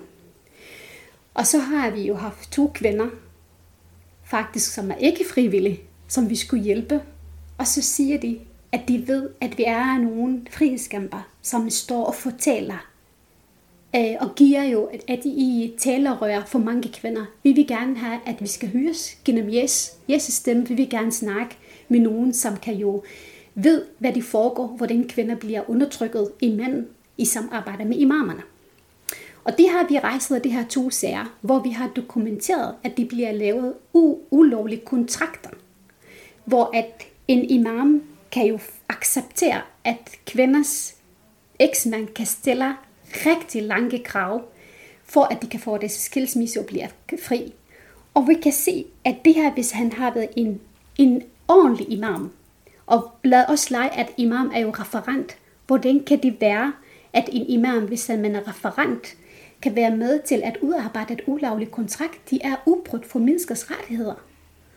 Og så har vi jo haft to kvinder, faktisk som er ikke frivillige, som vi skulle hjælpe. Og så siger de, at de ved, at vi er nogle frihedskæmper, som står og fortæller. Øh, og giver jo, at de i talerør for mange kvinder. Vi vil gerne have, at vi skal høres gennem Jesus. Jesus stemme, vi vil gerne snakke med nogen, som kan jo ved, hvad de foregår, hvordan kvinder bliver undertrykket i mænd i samarbejde med imamerne. Og det har vi rejst af de her to sager, hvor vi har dokumenteret, at de bliver lavet u- ulovlige kontrakter. Hvor at en imam kan jo acceptere, at kvinders eksmand kan stille rigtig lange krav, for at de kan få deres skilsmisse og blive fri. Og vi kan se, at det her, hvis han har været en, en ordentlig imam, og lad os lege, at imam er jo referent, hvordan kan det være, at en imam, hvis man er referent, kan være med til at udarbejde et ulovligt kontrakt, de er ubrudt for menneskers rettigheder.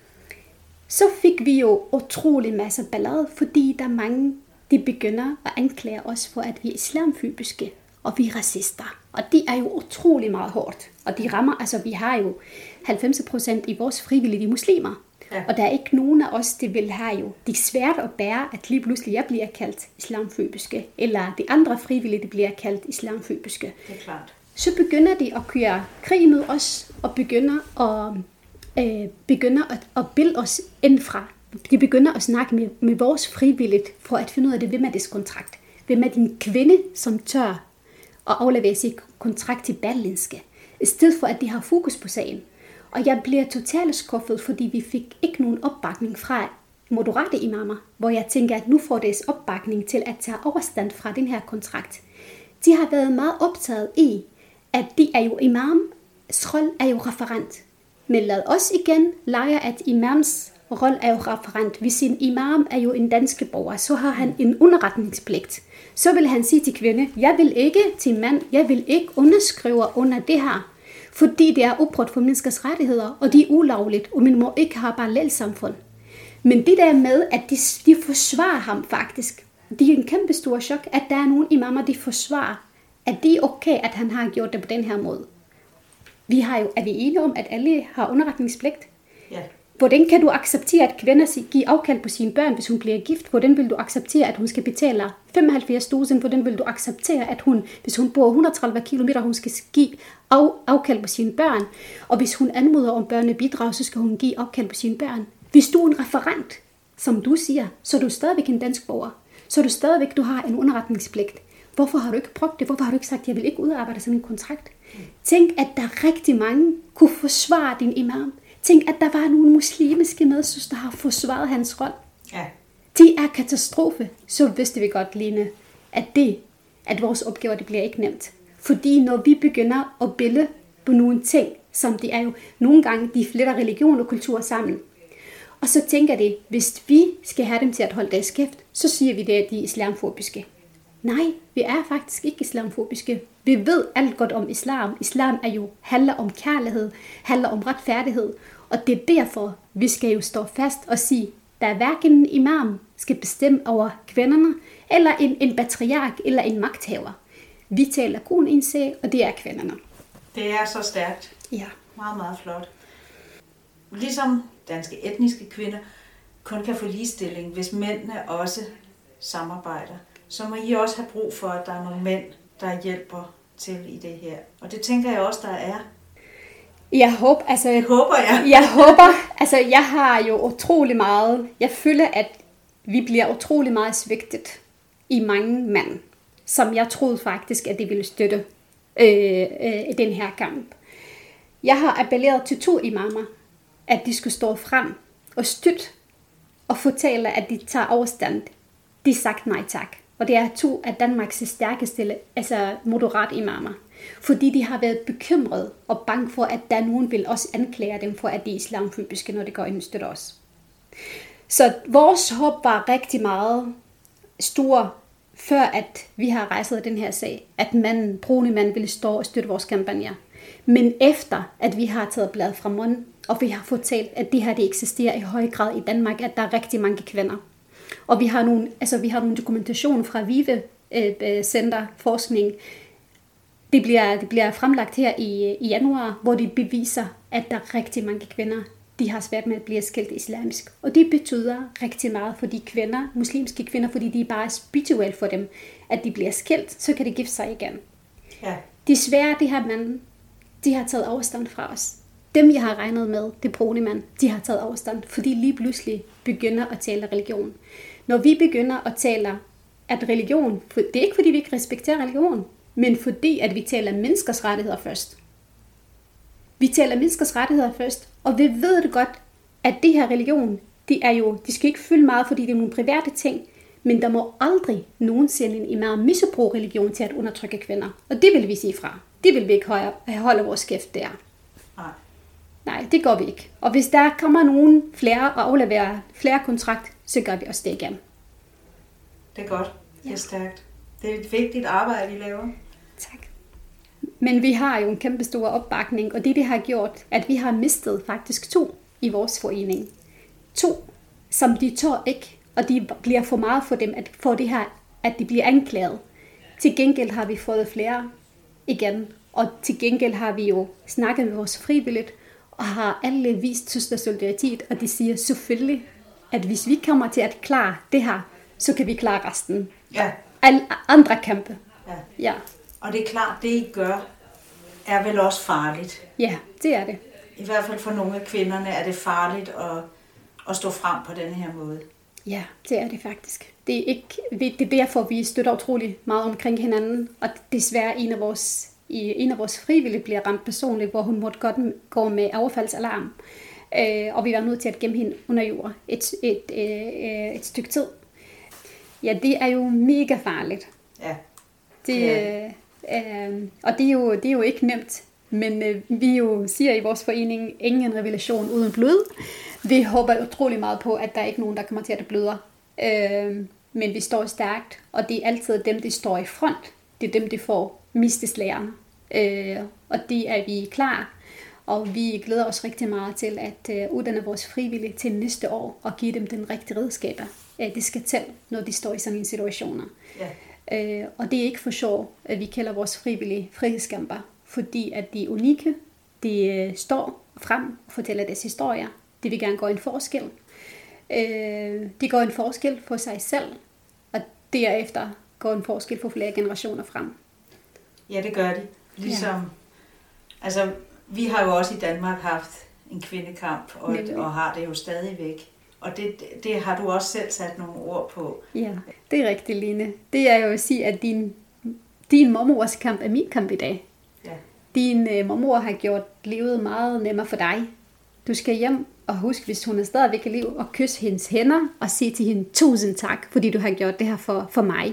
så fik vi jo utrolig masse ballade, fordi der er mange, de begynder at anklage os for, at vi er islamfobiske, og vi er racister. Og det er jo utrolig meget hårdt. Og de rammer, altså vi har jo halvfems procent i vores frivillige muslimer. Ja. Og der er ikke nogen af os, det vil have jo. Det er svært at bære, at lige pludselig jeg bliver kaldt islamfobiske, eller de andre frivillige bliver kaldt islamfobiske. Det er klart. Så begynder de at køre krig mod os, og begynder at, øh, begynder at, at bilde os indfra. De begynder at snakke med, med vores frivilligt, for at finde ud af det. Hvem er det kontrakt? Hvem er din kvinde, som tør at aflevere sin kontrakt til Berlingske? I stedet for, at de har fokus på sagen. Og jeg bliver totalt skuffet, fordi vi fik ikke nogen opbakning fra moderate imamer, hvor jeg tænker, at nu får deres opbakning til at tage overstand fra den her kontrakt. De har været meget optaget i, at de er jo imams rolle er jo referent. Men lad os igen lege, at imams rolle er jo referent. Hvis en imam er jo en dansk borger, så har han en underretningspligt. Så vil han sige til kvinde, jeg vil ikke til mand, jeg vil ikke underskrive under det her, fordi det er opbrud for menneskers rettigheder, og de er ulovligt, og man må ikke have parallelsamfund. Men det der med, at de, de forsvarer ham faktisk, det er en kæmpe stor chok, at der er nogle imamer, de forsvarer, at det er okay, at han har gjort det på den her måde. Vi har jo, er vi enige om, at alle har underretningspligt? Ja. Hvordan kan du acceptere, at kvinder giver afkald på sine børn, hvis hun bliver gift? Hvordan vil du acceptere, at hun skal betale femoghalvfjerds tusind? Hvordan vil du acceptere, at hun, hvis hun bor et hundrede og tredive kilometer, hun skal give af, afkald på sine børn? Og hvis hun anmoder om børnebidrag, så skal hun give afkald på sine børn. Hvis du er en referent, som du siger, så er du stadigvæk en dansk borger. Så er du stadigvæk, du har en underretningspligt. Hvorfor har du ikke prøvet det? Hvorfor har du ikke sagt, at jeg vil ikke udarbejde sådan en kontrakt? Tænk, at der rigtig mange kunne forsvare din imam. Tænk, at der var nogle muslimske medsøstre, der har forsvaret hans rolle. Ja. Det er katastrofe. Så vidste vi godt, Line, at det, at vores opgaver, det bliver ikke nemt. Fordi når vi begynder at billede på nogle ting, som det er jo nogle gange, de fletter religion og kultur sammen. Og så tænker de, hvis vi skal have dem til at holde deres kæft, så siger vi det, at de er islamfobiske. Nej, vi er faktisk ikke islamfobiske. Vi ved alt godt om islam. Islam er jo handler om kærlighed, handler om retfærdighed. Og det er derfor, vi skal jo stå fast og sige, der er hverken en imam skal bestemme over kvinderne, eller en, en patriark, eller en magthaver. Vi taler kun en sag, og det er kvinderne. Det er så stærkt. Ja. Meget, meget flot. Ligesom danske etniske kvinder kun kan få ligestilling, hvis mændene også samarbejder, så må I også have brug for, at der er nogle mænd, der hjælper til i det her. Og det tænker jeg også, der er. Jeg håber, altså, jeg håber, ja. jeg håber, altså, jeg har jo utrolig meget, jeg føler, at vi bliver utrolig meget svigtet i mange mænd, som jeg troede faktisk, at de ville støtte øh, øh, den her kamp. Jeg har appelleret til to imamer, at de skulle stå frem og støtte og fortælle, at de tager afstand. De har sagt nej tak. Og det er to af Danmarks stærkeste, altså moderat imamer. Fordi de har været bekymrede og bange for, at der nogen vil også anklage dem for, at de er islamfobiske, når de går ind og støtter os. Så vores håb var rigtig meget stor, før at vi har rejset den her sag, at manden, brune mand, ville stå og støtte vores kampagner. Men efter, at vi har taget bladet fra munden, og vi har fortalt, at det her det eksisterer i høj grad i Danmark, at der er rigtig mange kvinder. Og vi har nogle, altså vi har nogle dokumentation fra VIVE øh, Center Forskning. Det bliver, det bliver fremlagt her i, i januar, hvor de beviser, at der er rigtig mange kvinder, de har svært med at blive skilt islamisk. Og det betyder rigtig meget for de kvinder, muslimske kvinder, fordi de er bare spirituelle for dem, at de bliver skilt, så kan de gifte sig igen. Ja. Desværre, det her mand, de har taget afstand fra os. Dem, jeg har regnet med, det brune mand, de har taget afstand, fordi lige pludselig begynder at tale religion. Når vi begynder at tale, at religion, det er ikke fordi vi ikke respekterer religion, men fordi at vi taler menneskers rettigheder først. Vi taler menneskers rettigheder først, og vi ved det godt, at det her religion, det er jo, de skal ikke fylde meget, fordi det er nogle private ting, men der må aldrig nogensinde en imam misbruge religion til at undertrykke kvinder. Og det vil vi sige fra. Det vil vi ikke holde vores kæft der. Nej. Nej, det går vi ikke. Og hvis der kommer nogen flere og afleverer flere kontrakt, så gør vi også det igen. Det er godt. Det er stærkt. Det er et vigtigt arbejde, I laver. Tak. Men vi har jo en kæmpe stor opbakning, og det det har gjort, at vi har mistet faktisk to i vores forening. To som de tør ikke, og de bliver for meget for dem, at for det her, at de bliver anklaget. Til gengæld har vi fået flere igen, og til gengæld har vi jo snakket med vores frivilligt, og har alle vist søster solidaritet, og de siger selvfølgelig, at hvis vi kommer til at klare det her, så kan vi klare resten. Ja. Alle andre kampe. Ja. Ja. Og det er klart, det I gør, er vel også farligt. Ja, det er det. I hvert fald for nogle af kvinderne er det farligt at, at stå frem på den her måde. Ja, det er det faktisk. Det er, ikke, det er derfor, vi støtter utrolig meget omkring hinanden, og desværre en af vores, en af vores frivillige bliver ramt personligt, hvor hun måtte godt gå med affaldsalarm. Og vi var nødt til at gemme hende under jord et, et, et, et stykke tid. Ja, det er jo mega farligt. Ja. Det, ja. Øh, og det er, jo, det er jo ikke nemt, men øh, vi jo siger i vores forening, ingen revolution uden blod. Vi håber utrolig meget på, at der er ikke nogen, der kommer til at bløde. Øh, men vi står stærkt, og det er altid dem, der står i front. Det er dem, der får misteslæren. Øh, og det er vi klar. Og vi glæder os rigtig meget til at øh, uddanne vores frivillige til næste år, og give dem den rigtige redskaber, at det skal til, når de står i sådan en situationer. Ja. Øh, og det er ikke for sjov, at vi kalder vores frivillige frihedskæmper, fordi at de er unikke, de øh, står frem og fortæller deres historier. De vil gerne gøre en forskel. Øh, de gør en forskel for sig selv, og derefter går en forskel for flere generationer frem. Ja, det gør de. Ligesom, ja. Altså, vi har jo også i Danmark haft en kvindekamp, og, og har det jo stadigvæk. Og det, det har du også selv sat nogle ord på. Ja, det er rigtigt, Line. Det er jo at sige, at din, din mormors kamp er min kamp i dag. Ja. Din uh, mormor har gjort livet meget nemmere for dig. Du skal hjem og huske, hvis hun er stadigvæk i liv, og kysse hendes hænder og sige til hende tusind tak, fordi du har gjort det her for, for mig.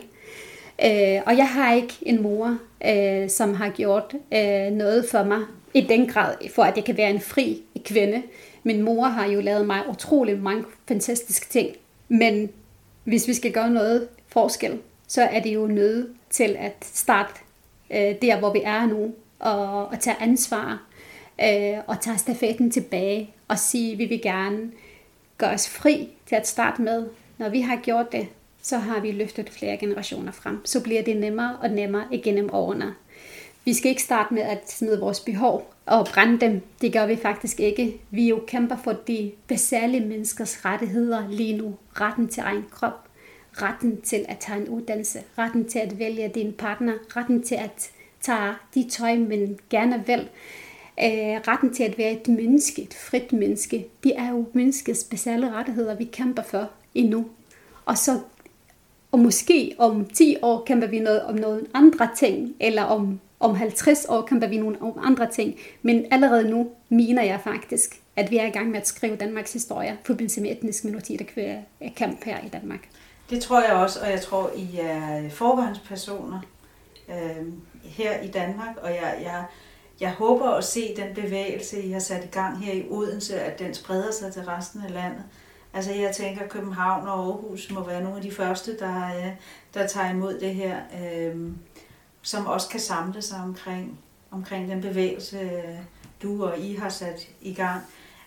Uh, og jeg har ikke en mor, uh, som har gjort uh, noget for mig i den grad, for at jeg kan være en fri kvinde. Min mor har jo lavet mig utrolig mange fantastiske ting, men hvis vi skal gøre noget forskel, så er det jo nødt til at starte øh, der, hvor vi er nu, og, og tage ansvar, øh, og tage stafetten tilbage, og sige, at vi vil gerne gøre os fri til at starte med. Når vi har gjort det, så har vi løftet flere generationer frem. Så bliver det nemmere og nemmere igennem årene. Vi skal ikke starte med at smide vores behov og brænde dem. Det gør vi faktisk ikke. Vi jo kæmper for de basale menneskers rettigheder lige nu. Retten til egen krop. Retten til at tage en uddannelse. Retten til at vælge din partner. Retten til at tage de tøj, man gerne vil. Øh, retten til at være et menneske, et frit menneske. Det er jo menneskets basale rettigheder, vi kæmper for endnu. Og så og måske om ti år kæmper vi noget om nogle andre ting, eller om Om halvtreds år kæmper vi nogle andre ting, men allerede nu mener jeg faktisk, at vi er i gang med at skrive Danmarks historie i forbindelse med etnisk minoritetskamp her i Danmark. Det tror jeg også, og jeg tror, I er forgangspersoner øh, her i Danmark, og jeg, jeg, jeg håber at se den bevægelse, I har sat i gang her i Odense, at den spreder sig til resten af landet. Altså jeg tænker, at København og Aarhus må være nogle af de første, der, der tager imod det her, øh, som også kan samle sig omkring, omkring den bevægelse, du og I har sat i gang.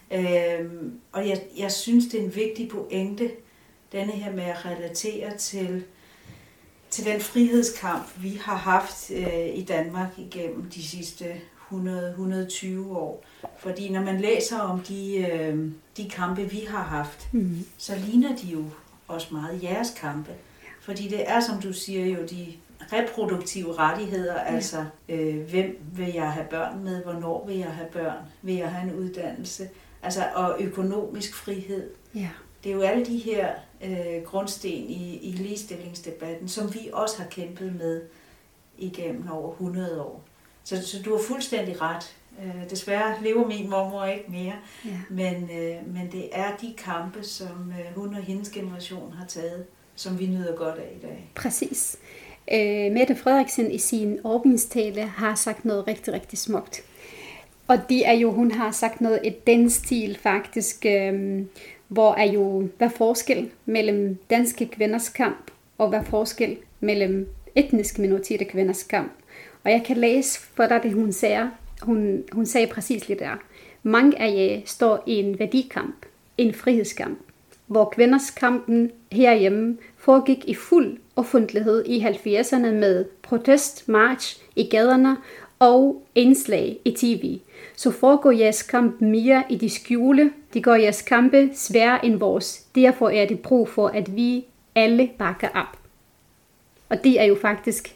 Øhm, og jeg, jeg synes, det er en vigtig pointe, denne her med at relatere til, til den frihedskamp, vi har haft øh, i Danmark igennem de sidste hundrede til hundrede og tyve år. Fordi når man læser om de, øh, de kampe, vi har haft, mm. så ligner de jo også meget jeres kampe. Fordi det er, som du siger, jo de reproduktive rettigheder, ja. Altså øh, hvem vil jeg have børn med, hvornår vil jeg have børn, vil jeg have en uddannelse, altså og økonomisk frihed. Ja. Det er jo alle de her øh, grundsten i, i ligestillingsdebatten, som vi også har kæmpet med igennem over hundrede år. Så, så du har fuldstændig ret. Øh, desværre lever min mormor ikke mere, ja. men, øh, men det er de kampe, som øh, hun og hendes generation har taget, som vi nyder godt af i dag. Præcis. Øh, Mette Frederiksen i sin åbningstale har sagt noget rigtig, rigtig smukt. Og det er jo, hun har sagt noget i den stil faktisk, øh, hvor er jo, hvad forskel mellem danske kvinders kamp, og hvad forskel mellem etniske minoriteter kvinders kamp. Og jeg kan læse for dig, det hun sagde. Hun, hun sagde præcis lidt der. Mange af jer står i en værdikamp, en frihedskamp. hvor kvinders kampen herhjemme foregik i fuld offentlighed i halvfjerdserne med protest, march i gaderne og indslag i tv, så foregår jeres kamp mere i de skjule. De gør jeres kampe sværere end vores. Derfor er det brug for, at vi alle bakker op. Og det er jo faktisk,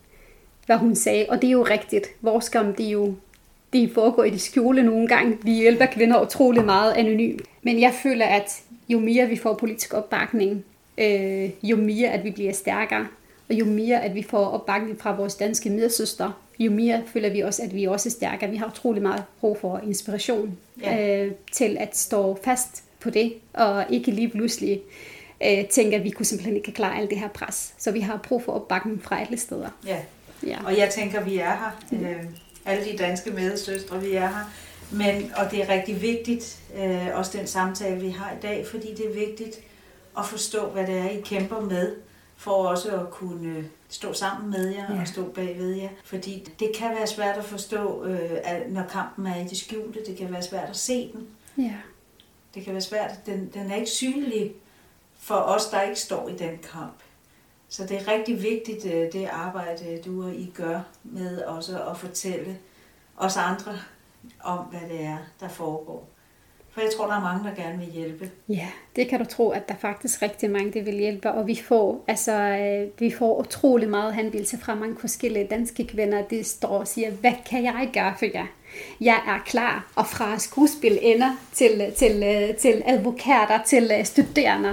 hvad hun sagde, og det er jo rigtigt. Vores kamp, det er jo, det foregår i de skjule nogle gange. Vi hjælper kvinder utrolig meget anonymt. Men jeg føler, at jo mere vi får politisk opbakning, øh, jo mere at vi bliver stærkere, og jo mere at vi får opbakning fra vores danske medsøstre, jo mere føler vi også, at vi også er stærkere. Vi har utrolig meget brug for inspiration ja. øh, til at stå fast på det, og ikke lige pludselig øh, tænke, at vi kunne simpelthen ikke klare alt det her pres. Så vi har brug for opbakning fra alle steder. Ja, ja. Og jeg tænker, vi er her. Mm. Øh, alle de danske medsøstre, vi er her. Men, og det er rigtig vigtigt, øh, også den samtale, vi har i dag, fordi det er vigtigt at forstå, hvad det er, I kæmper med, for også at kunne stå sammen med jer ja. og stå bagved jer. Fordi det kan være svært at forstå, øh, at når kampen er i det skjulte. Det kan være svært at se den. Ja. Det kan være svært. Den, den er ikke synlig for os, der ikke står i den kamp. Så det er rigtig vigtigt, det arbejde, du og I gør med også at fortælle os andre om, hvad det er, der foregår. For jeg tror, der er mange, der gerne vil hjælpe. Ja, det kan du tro, at der er faktisk rigtig mange, der vil hjælpe. Og vi får, altså, vi får utrolig meget henvendelse fra mange forskellige danske kvinder. De står og siger, hvad kan jeg gøre for jer? Jeg er klar. Og fra skuespilender til, til, til advokater, til studerende.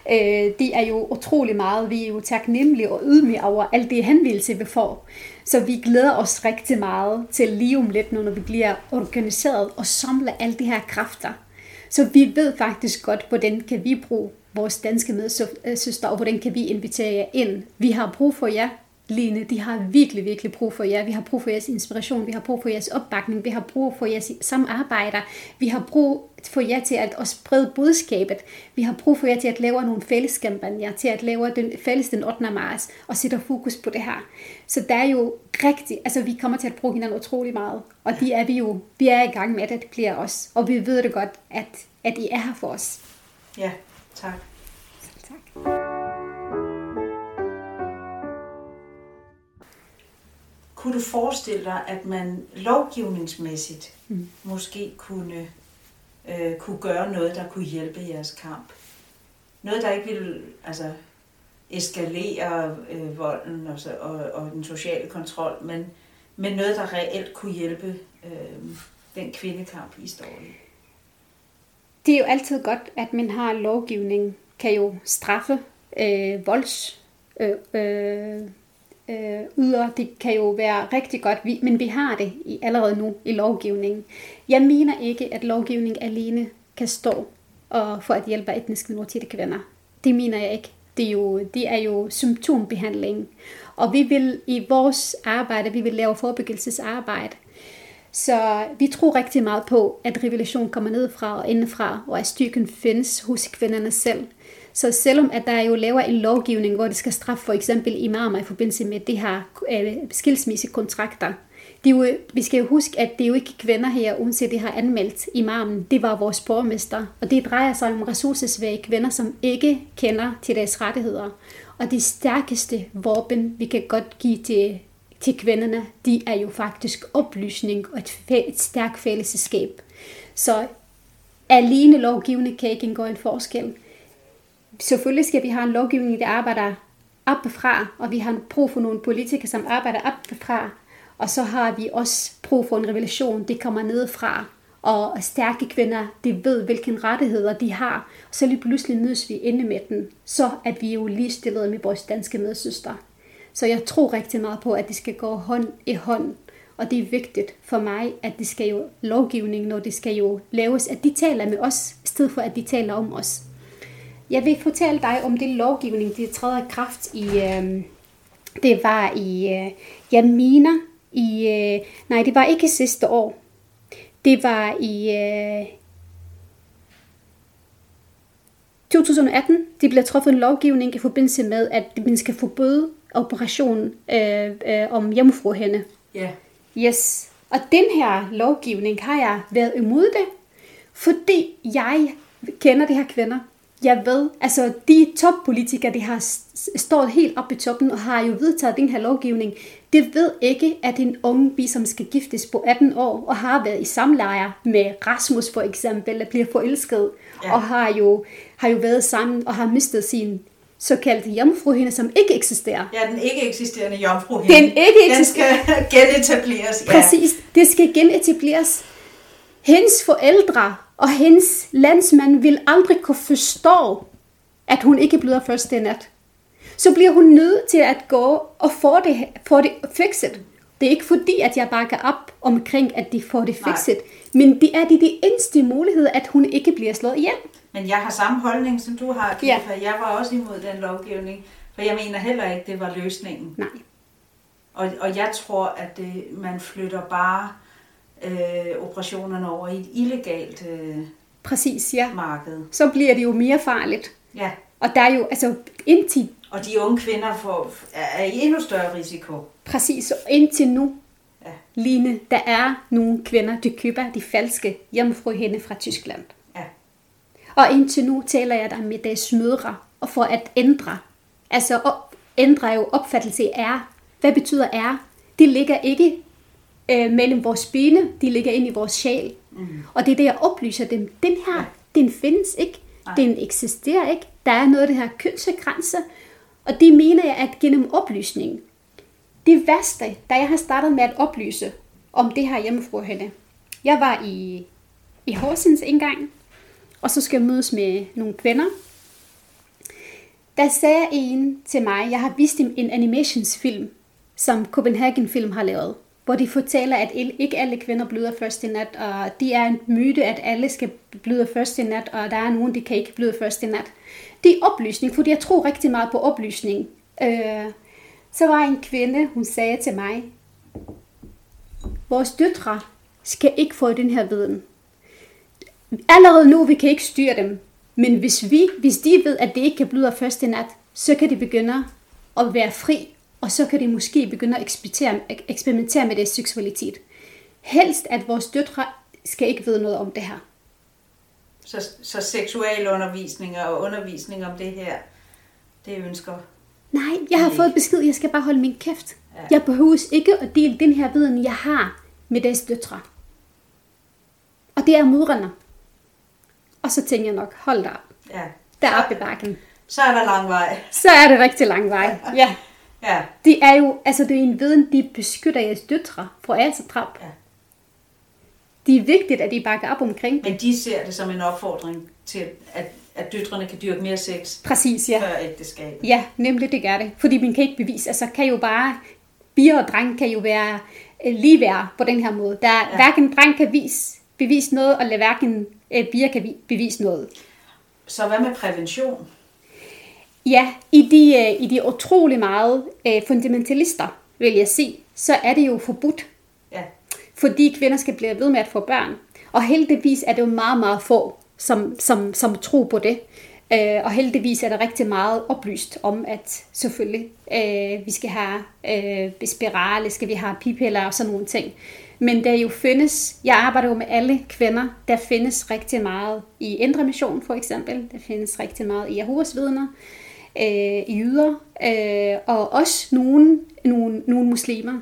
Det er jo utrolig meget. Vi er jo taknemmelige og ydmyge over alt det henvendelse, vi får. Så vi glæder os rigtig meget til lige om lidt, når vi bliver organiseret og samler alle de her kræfter. Så vi ved faktisk godt, hvordan kan vi bruge vores danske medsøstre, og hvordan kan vi invitere jer ind. Vi har brug for jer, Line. De har virkelig, virkelig brug for jer. Vi har brug for jeres inspiration. Vi har brug for jeres opbakning. Vi har brug for jeres samarbejder. Vi har brug for jer til at også sprede budskabet. Vi har brug for jer til at lave nogle fælleskampagner, til at lave den fælles den ottende marts og sætte fokus på det her. Så der er jo rigtigt, altså vi kommer til at bruge hinanden utrolig meget. Og de er vi jo, vi er i gang med, at det bliver os. Og vi ved det godt, at, at I er her for os. Ja, tak. Tak. Kunne du forestille dig, at man lovgivningsmæssigt mm. måske kunne, øh, kunne gøre noget, der kunne hjælpe jeres kamp? Noget, der ikke ville altså, eskalere øh, volden og, så, og, og den sociale kontrol, men, men noget, der reelt kunne hjælpe øh, den kvindekamp, I står i? Det er jo altid godt, at man har lovgivning, kan jo straffe øh, volds øh, øh, øh, yder. Det kan jo være rigtig godt, men vi har det i, allerede nu i lovgivningen. Jeg mener ikke, at lovgivning alene kan stå og for at hjælpe etniske minoritetskvinder. Det mener jeg ikke. Det er jo, det er jo symptombehandling. Og vi vil i vores arbejde, vi vil lave forebyggelsesarbejde. Så vi tror rigtig meget på, at revolution kommer nedefra og indefra, og at styrken findes hos kvinderne selv. Så selvom at der jo laver en lovgivning, hvor det skal straffe for eksempel imamer i forbindelse med det her øh, skilsmisse kontrakter, det er jo, vi skal jo huske, at det er jo ikke kvinder her, uanset det har anmeldt imamen. Det var vores borgmester, og det drejer sig om ressourcesvage kvinder, som ikke kender til deres rettigheder. Og det stærkeste våben, vi kan godt give til, til kvinderne, de er jo faktisk oplysning og et, et stærkt fællesskab. Så alene lovgivning kan ikke indgå en forskel. Selvfølgelig skal vi have en lovgivning, der arbejder oppefra, og vi har brug for nogle politikere, som arbejder oppefra. Og så har vi også brug for en revolution, det kommer nedefra. Og stærke kvinder, de ved, hvilke rettigheder de har. Og så lige pludselig mødes vi inde med den, så at vi er jo ligestillede med vores danske medsøstre. Så jeg tror rigtig meget på, at det skal gå hånd i hånd. Og det er vigtigt for mig, at det skal jo lovgivning, når det skal jo laves, at de taler med os, i stedet for at de taler om os. Jeg vil fortælle dig om det lovgivning, det træder kraft i, øh, det var i, øh, jeg mener, i, øh, nej, det var ikke sidste år. Det var i øh, to tusind atten, det blev truffet en lovgivning i forbindelse med, at man skal forbyde operationen øh, øh, om hjemmefruhænde. Ja. Yeah. Yes. Og den her lovgivning har jeg været imod det, fordi jeg kender de her kvinder. jeg ved, altså de toppolitikere, de har stået helt oppe i toppen og har jo vedtaget den her lovgivning, de ved ikke, at en ung bi, som skal giftes på atten år og har været i samleje med Rasmus for eksempel, eller bliver forelsket, ja. og har jo, har jo været sammen og har mistet sin såkaldte jomfruhinde, som ikke eksisterer. Ja, den ikke eksisterende jomfruhinde. Den ikke eksisterer. Den skal genetableres. Ja. Præcis, det skal genetableres. Hendes forældre og hendes landsmand vil aldrig kunne forstå, at hun ikke bløder første nat. Så bliver hun nødt til at gå og få det, få det fikset. Det er ikke fordi, at jeg bakker op omkring, at de får det fikset. Nej. Men det er de, de eneste muligheder, at hun ikke bliver slået ihjel. Men jeg har samme holdning, som du har, Kiffa. Ja. Jeg var også imod den lovgivning, for jeg mener heller ikke, det var løsningen. Nej. Og, og jeg tror, at det, man flytter bare øh, operationerne over i et illegalt øh, Præcis, ja. marked. Så bliver det jo mere farligt. Ja. Og der er jo, altså indtil... Og de unge kvinder får, er i endnu større risiko. Præcis, og indtil nu, ja. Line, der er nogle kvinder, der køber de falske jomfruhinde fra Tyskland. Ja. Og indtil nu taler jeg der med deres mødre, og for at ændre. Altså op, ændre jo opfattelse er. Hvad betyder er? Det ligger ikke øh, mellem vores bene, de ligger ind i vores sjæl. Mm. Og det er det, jeg oplyser dem. Den her, ja. den findes ikke. Nej. Den eksisterer ikke. Der er noget af det her kønsgrænse. Og det mener jeg, at gennem oplysning, det værste, da jeg har startet med at oplyse om det her jomfruhinde. Jeg var i, i Horsens en gang, og så skal jeg mødes med nogle kvinder. Der sagde en til mig, jeg har vist dem en animationsfilm, som Copenhagen Film har lavet, hvor de fortæller, at ikke alle kvinder bløder første nat, og de er en myte, at alle skal bløde første nat, og der er nogen, der kan ikke bløde første nat. Det er oplysning, fordi jeg tror rigtig meget på oplysning. Øh, så var en kvinde, hun sagde til mig, vores døtre skal ikke få den her viden. Allerede nu, vi kan ikke styre dem, men hvis, vi, hvis de ved, at det ikke kan bløde første nat, så kan de begynde at være fri, og så kan de måske begynde at eksperimentere, eksperimentere med deres seksualitet. Helst, at vores døtre skal ikke vide noget om det her. Så, så seksualundervisning og undervisning om det her, det ønsker... Nej, jeg har fået besked, jeg skal bare holde min kæft. Ja. Jeg behøver ikke at dele den her viden, jeg har med deres døtre. Og det er mødrene. Og så tænker jeg nok, hold da op. Ja. Deroppe i bakken. Så er der lang vej. Så er det rigtig lang vej, ja. Ja. Det er jo, altså det er en viden, de beskytter jeres døtre fra alderstrap. Ja. Det er vigtigt, at de bakker op omkring det. Men de ser det som en opfordring til, at, at døtrene kan dyrke mere sex. Præcis, ja. Før ægteskabet. Ja, nemlig det gør det. Fordi man kan ikke bevise, altså kan jo bare, bier og dreng kan jo være øh, ligeværd på den her måde. Der ja. Hverken dreng kan vise, bevise noget, eller hverken øh, bier kan bevise noget. Så hvad med prævention? Ja, i de, øh, i de utrolig meget øh, fundamentalister, vil jeg sige, så er det jo forbudt. Ja. Fordi kvinder skal blive ved med at få børn. Og heldigvis er det jo meget, meget få, som, som, som tror på det. Øh, og heldigvis er der rigtig meget oplyst om, at selvfølgelig øh, vi skal have øh, spirale, skal vi have p-piller og sådan nogle ting. Men der jo findes, jeg arbejder jo med alle kvinder, der findes rigtig meget i Indre Mission for eksempel. Der findes rigtig meget i Jehovas vidner, øh, i jøder, øh, og også nogle, nogle, nogle muslimer.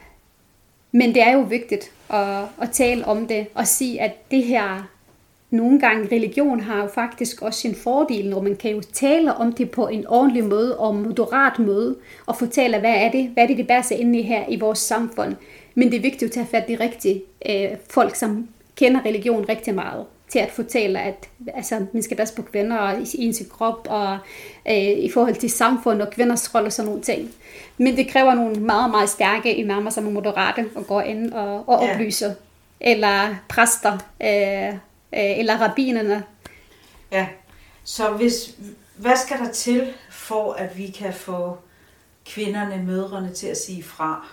Men det er jo vigtigt at, at tale om det og sige, at det her, nogle gange religion har jo faktisk også en fordel, når man kan jo tale om det på en ordentlig måde og moderat måde, og fortælle, hvad er det, hvad er det, det bærer sig inde i her i vores samfund. Men det er vigtigt at tage fat i rigtige øh, folk, som kender religion rigtig meget, til at fortælle, at altså, man skal passe på kvinder og i ens krop, og øh, i forhold til samfund og kvinders rolle og sådan nogle ting. Men det kræver nogle meget, meget stærke imamer, som er moderate, og går ind og, og oplyser. Ja. Eller præster, øh, øh, eller rabbinerne. Ja, så hvis, hvad skal der til, for at vi kan få kvinderne, mødrene til at sige fra?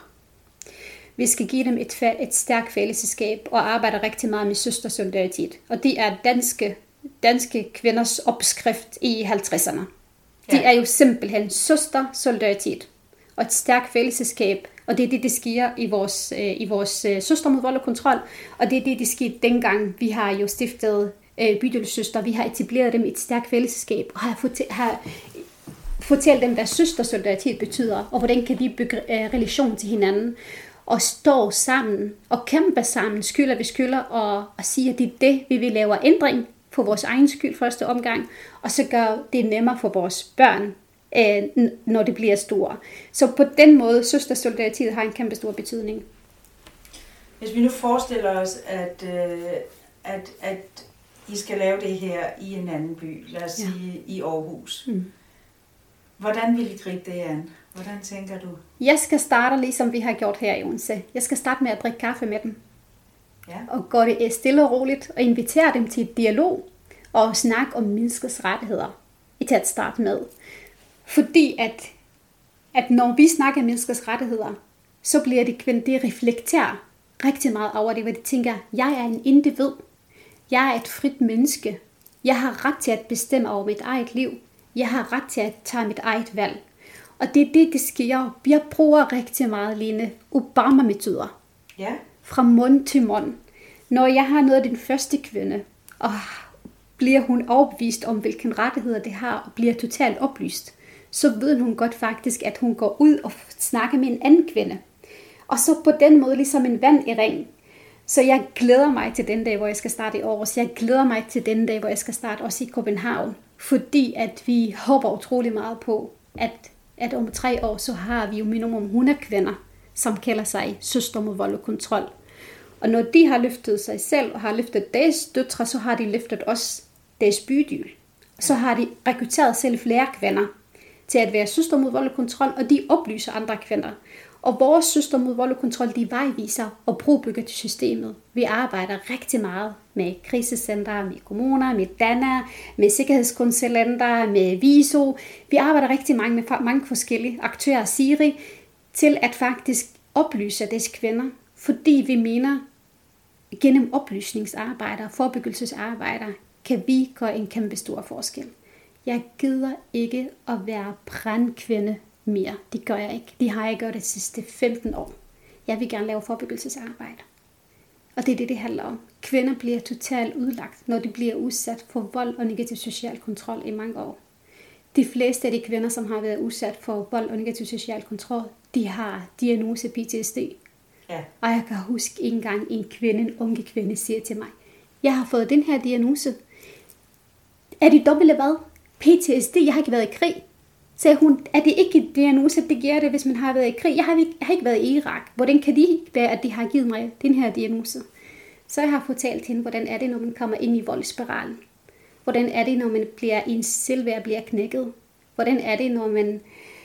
Vi skal give dem et, et stærkt fællesskab og arbejde rigtig meget med søstersolidaritet. Og det er danske, danske kvinders opskrift i halvtredserne. Ja. Det er jo simpelthen søstersolidaritet og et stærkt fællesskab. Og det er det, der sker i vores, i vores søstre mod vold og kontrol. Og det er det, der skete dengang. Vi har jo stiftet øh, bydelssøster. Vi har etableret dem i et stærkt fællesskab, og har, fortæ- har fortalt dem, hvad søstersolidaritet betyder, og hvordan kan vi bygge øh, relation til hinanden, og stå sammen, og kæmpe sammen, skylder vi skylder, og, og sige, at det er det, vi vil lave ændring for vores egen skyld første omgang, og så gør det nemmere for vores børn, øh, når det bliver store. Så på den måde, søstersolidaritet har en kæmpe stor betydning. Hvis vi nu forestiller os, at, øh, at, at I skal lave det her i en anden by, lad os ja. sige i Aarhus, mm. hvordan vil I gribe det an? Hvordan tænker du? Jeg skal starte, ligesom vi har gjort her i Odense. Jeg skal starte med at drikke kaffe med dem. Ja. Og gå det stille og roligt, og invitere dem til et dialog, og snakke om menneskets rettigheder. Til at starte med. Fordi at, at når vi snakker om menneskets rettigheder, så bliver det kvinder, det reflekterer rigtig meget over det, hvor de tænker, jeg er en individ. Jeg er et frit menneske. Jeg har ret til at bestemme over mit eget liv. Jeg har ret til at tage mit eget valg. Og det er det, det sker. Jeg bruger rigtig meget, Line, Obama-metoder. Ja. Fra mund til mund. Når jeg har noget af den første kvinde, og bliver hun overbevist om, hvilke rettigheder det har, og bliver totalt oplyst, så ved hun godt faktisk, at hun går ud og snakker med en anden kvinde. Og så på den måde ligesom en vand i ring. Så jeg glæder mig til den dag, hvor jeg skal starte i Aarhus. Jeg glæder mig til den dag, hvor jeg skal starte også i København. Fordi at vi håber utrolig meget på, at, at om tre år, så har vi jo minimum hundrede kvinder, som kalder sig søster mod vold og kontrol. Og når de har løftet sig selv, og har løftet deres døtre, så har de løftet også deres bydel. Så har de rekrutteret selv flere kvinder til at være søster mod vold og kontrol, og de oplyser andre kvinder. Og vores søster mod vold og kontrol, de vejviser og brobygger til systemet. Vi arbejder rigtig meget med krisecenter, med kommuner, med Dana, med sikkerhedskonsulenter, med Viso. Vi arbejder rigtig mange med mange forskellige aktører, Siri, til at faktisk oplyse disse kvinder. Fordi vi mener, gennem oplysningsarbejder, forebyggelsesarbejder, kan vi gøre en kæmpe stor forskel. Jeg gider ikke at være brandkvinde mere. Det gør jeg ikke. Det har jeg gjort de sidste femten år. Jeg vil gerne lave forebyggelsesarbejde. Og det er det, det handler om. Kvinder bliver totalt udlagt, når de bliver udsat for vold og negativ social kontrol i mange år. De fleste af de kvinder, som har været udsat for vold og negativ social kontrol, de har diagnose P T S D. Ja. Og jeg kan huske en gang en kvinde, en unge kvinde, siger til mig, jeg har fået den her diagnose. Er det dobbelt hvad? P T S D, jeg har ikke været i krig. Så hun, er det ikke en diagnose, det giver det, hvis man har været i krig? Jeg har ikke, jeg har ikke været i Irak. Hvordan kan det være, at de har givet mig den her diagnose? Så jeg har fortalt hende, hvordan er det, når man kommer ind i voldsspiralen? Hvordan er det, når man bliver, ens selvværd bliver knækket? Hvordan er det, når man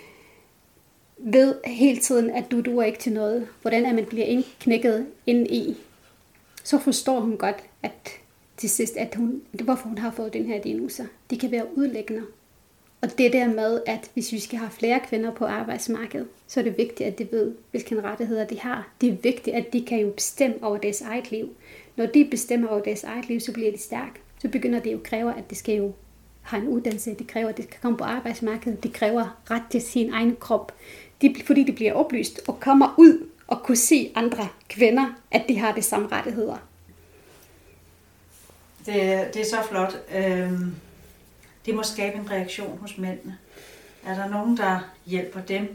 ved hele tiden, at du duer ikke til noget? Hvordan er man bliver knækket ind i? Så forstår hun godt, at til sidst, at hun, hvorfor hun har fået den her diagnose. Det kan være udlæggende. Og det der med, at hvis vi skal have flere kvinder på arbejdsmarkedet, så er det vigtigt, at de ved, hvilke rettigheder de har. Det er vigtigt, at de kan jo bestemme over deres eget liv. Når de bestemmer over deres eget liv, så bliver de stærke. Så begynder det jo at kræve, at de skal jo have en uddannelse. Det kræver, at de skal komme på arbejdsmarkedet. Det kræver ret til sin egen krop. De, fordi de bliver oplyst og kommer ud og kunne se andre kvinder, at de har de samme rettigheder. Det, det er så flot. Øhm, det må skabe en reaktion hos mændene. Er der nogen, der hjælper dem?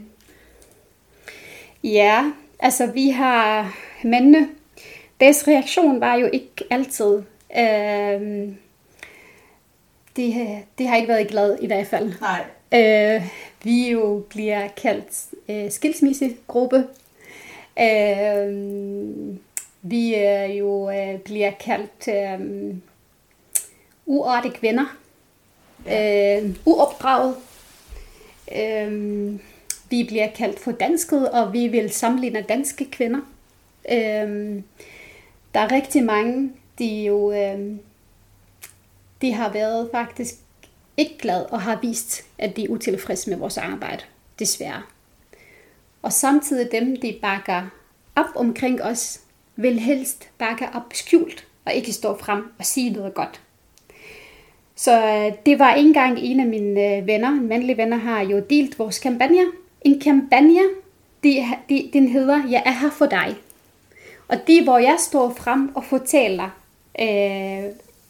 Ja, altså vi har mændene. Deres reaktion var jo ikke altid. Øhm, det, det har ikke været glad i hvert fald. Nej. Øh, vi jo bliver kaldt øh, skilsmissegruppe. Øh, vi øh, jo øh, bliver kaldt øh, uartige kvinder. Ja. Øh, uopdraget. Øh, vi bliver kaldt for dansket, og vi vil sammenligne danske kvinder. Øh, der er rigtig mange, de jo øh, de har været faktisk ikke glade og har vist, at de er utilfredse med vores arbejde, desværre. Og samtidig dem, de bakker op omkring os, vil helst bakke op skjult og ikke stå frem og sige noget godt. Så det var engang en af mine venner, en mandlige venner, har jo delt vores kampagne. En kampagne, de, de, den hedder, jeg er her for dig. Og det hvor jeg står frem og fortæller, øh,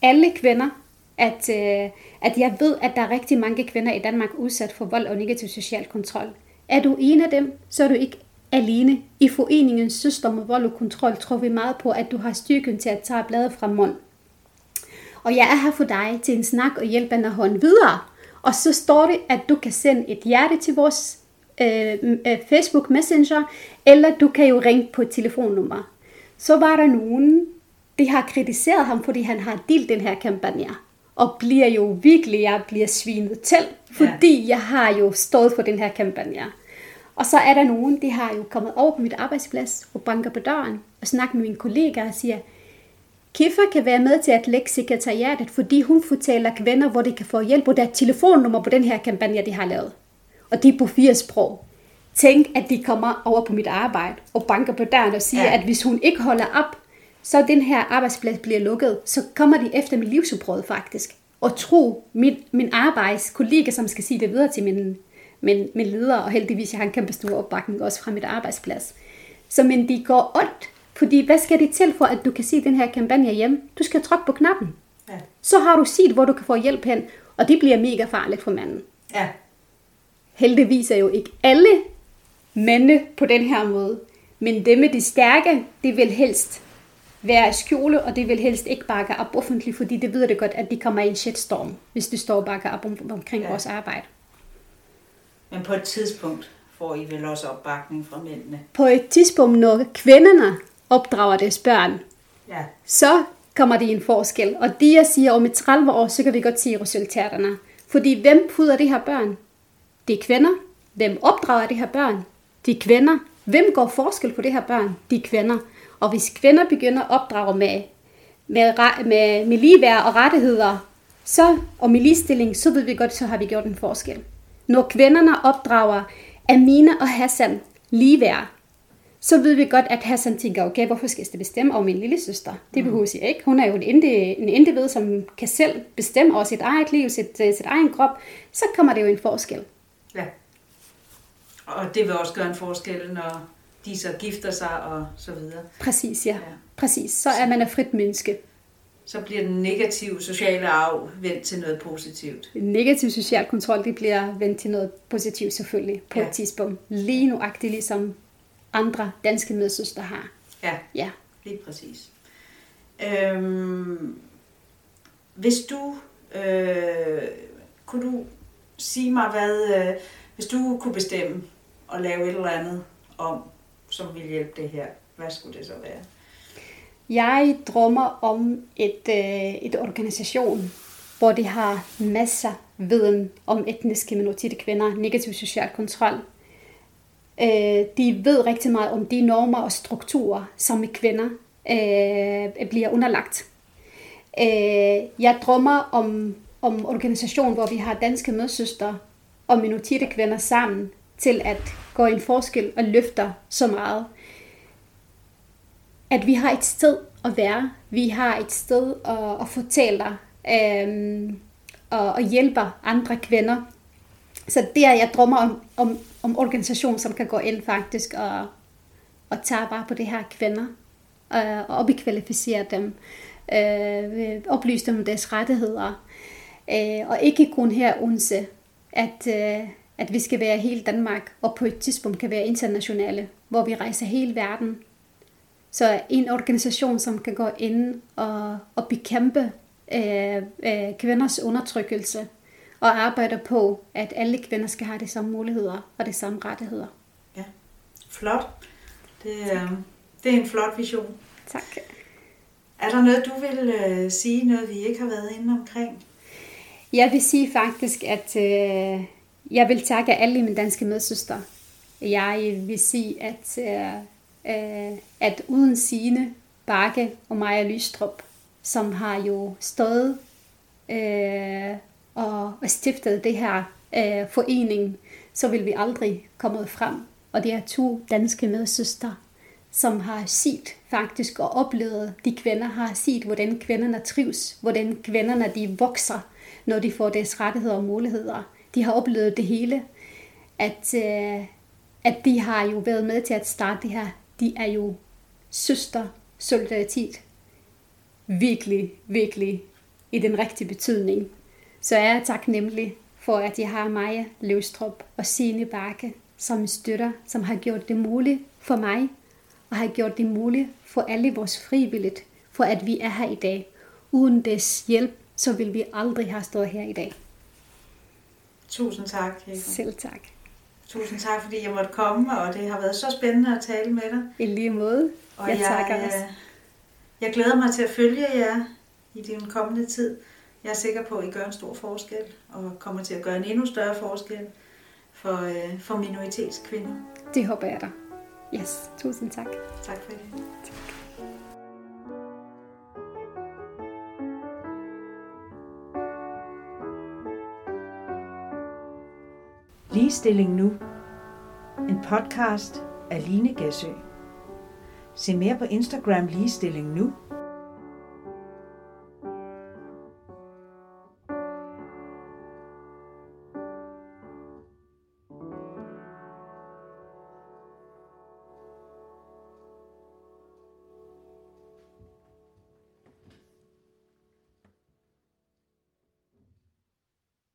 alle kvinder, at, øh, at jeg ved, at der er rigtig mange kvinder i Danmark udsat for vold og negativ social kontrol. Er du en af dem, så er du ikke alene. I foreningen Søster mod vold og kontrol tror vi meget på, at du har styrken til at tage bladet fra mund. Og jeg er her for dig til en snak og hjælpe en hånd videre. Og så står det, at du kan sende et hjerte til vores øh, Facebook Messenger, eller du kan jo ringe på et telefonnummer. Så var der nogen, de har kritiseret ham, fordi han har delt den her kampagne. Og bliver jo virkelig, jeg bliver svinet til, fordi ja. jeg har jo stået for den her kampagne. Og så er der nogen, de har jo kommet over på mit arbejdsplads og banker på døren og snakker med mine kollegaer og siger, Kiffa kan være med til at lægge sekretariatet, fordi hun fortæller kvinder, hvor de kan få hjælp, og der er et telefonnummer på den her kampagne, de har lavet. Og de er på fire sprog. Tænk, at de kommer over på mit arbejde og banker på døren og siger, ja. at hvis hun ikke holder op, så den her arbejdsplads bliver lukket, så kommer de efter mit livsudbrud faktisk. Og tro min, min arbejdskollega, som skal sige det videre til min, min, min leder, og heldigvis jeg har en kæmpe stor opbakning også fra mit arbejdsplads. Så men de går ondt, fordi hvad skal det til for, at du kan se den her kampagne hjemme? Du skal trykke på knappen. Ja. Så har du set, hvor du kan få hjælp hen, og det bliver mega farligt for manden. Ja. Heldigvis er jo ikke alle mænd på den her måde, men dem med de stærke, det vil helst være i skjule, og det vil helst ikke bakke op offentligt, fordi det ved det godt, at de kommer i en shitstorm, hvis de står og bakker op om, omkring ja. vores arbejde. Men på et tidspunkt får I vel også opbakning fra mændene? På et tidspunkt, når kvinderne opdrager deres børn, ja. så kommer det en forskel. Og det jeg siger, om et tredive år, så kan vi godt se resultaterne. Fordi hvem føder de her børn? De er kvinder. Hvem opdrager de her børn? De er kvinder. Hvem går forskel på de her børn? De er kvinder. Og hvis kvinder begynder at opdrage med, med, med, med ligeværd og rettigheder, så, og med ligestilling, så ved vi godt, så har vi gjort en forskel. Når kvinderne opdrager Amina og Hassan ligeværd, så ved vi godt, at Hassan tænker, okay, hvorfor skal jeg bestemme over min lille søster? Det behøver jeg ikke. Hun er jo en individ, som kan selv bestemme over sit eget liv, sit, sit egen krop. Så kommer det jo en forskel. Ja. Og det vil også gøre en forskel, når de så gifter sig og så videre. Præcis, ja. ja. Præcis. Så er man et frit menneske. Så bliver den negative sociale arv vendt til noget positivt. Negativ social kontrol, det bliver vendt til noget positivt selvfølgelig på ja. et tidspunkt. Lige nuagtigt ligesom andre danske medsøstre har. Ja, ja. Lige præcis. Øhm, hvis du, øh, kunne du sige mig, hvad, øh, hvis du kunne bestemme og lave et eller andet om, som vil hjælpe det her, hvad skulle det så være? Jeg drømmer om et, øh, et organisation, hvor de har masser viden om etniske minoritetskvinder, negativ social kontrol. Øh, de ved rigtig meget om de normer og strukturer, som kvinder øh, bliver underlagt. Øh, jeg drømmer om, om organisation, hvor vi har danske medsøstre og minoritetskvinder sammen til at gå en forskel og løfter så meget. At vi har et sted at være. Vi har et sted at, at fortælle øhm, og, og hjælpe andre kvinder. Så det er, jeg drømmer om, om, om organisation, som kan gå ind faktisk og, og tage bare på de her kvinder. Øh, og opkvalificere dem. Øh, oplyse dem om deres rettigheder. Øh, og ikke kun her unse, at, øh, at vi skal være hele Danmark, og på et tidspunkt kan være internationale, hvor vi rejser hele verden. Så en organisation, som kan gå ind og, og bekæmpe øh, øh, kvinders undertrykkelse, og arbejde på, at alle kvinder skal have de samme muligheder og de samme rettigheder. Ja, flot. Det, øh, det er en flot vision. Tak. Er der noget, du vil øh, sige, noget vi ikke har været inde omkring? Jeg vil sige faktisk, at øh, jeg vil takke alle mine danske medsøstre. Jeg vil sige, at øh, at uden Signe Bakke og Maja Lystrup, som har jo stået øh, og, og stiftet det her øh, forening, så vil vi aldrig komme frem. Og det er to danske medsøstre, som har set faktisk og oplevet, de kvinder har set, hvordan kvinderne trives, hvordan kvinderne de vokser, når de får deres rettigheder og muligheder. De har oplevet det hele, at, øh, at de har jo været med til at starte det her. De er jo søster solidaritet. Virkelig, virkelig i den rigtige betydning, så er jeg taknemmelig for, at jeg har Maja Løvstrup og Signe Bakke som støtter, som har gjort det muligt for mig, og har gjort det muligt for alle vores frivillige, for at vi er her i dag. Uden deres hjælp, så vil vi aldrig have stået her i dag. Tusind tak, Eva. Selv tak. Tusind tak, fordi jeg måtte komme, og det har været så spændende at tale med dig. I lige måde. Og jeg, jeg takker også. Jeg glæder mig til at følge jer i den kommende tid. Jeg er sikker på, at I gør en stor forskel, og kommer til at gøre en endnu større forskel for, øh, for minoritetskvinder. Det håber jeg da. Yes, tusind tak. Tak for det. Tak. Ligestilling nu. En podcast af Line Gæsø. Se mere på Instagram Ligestilling nu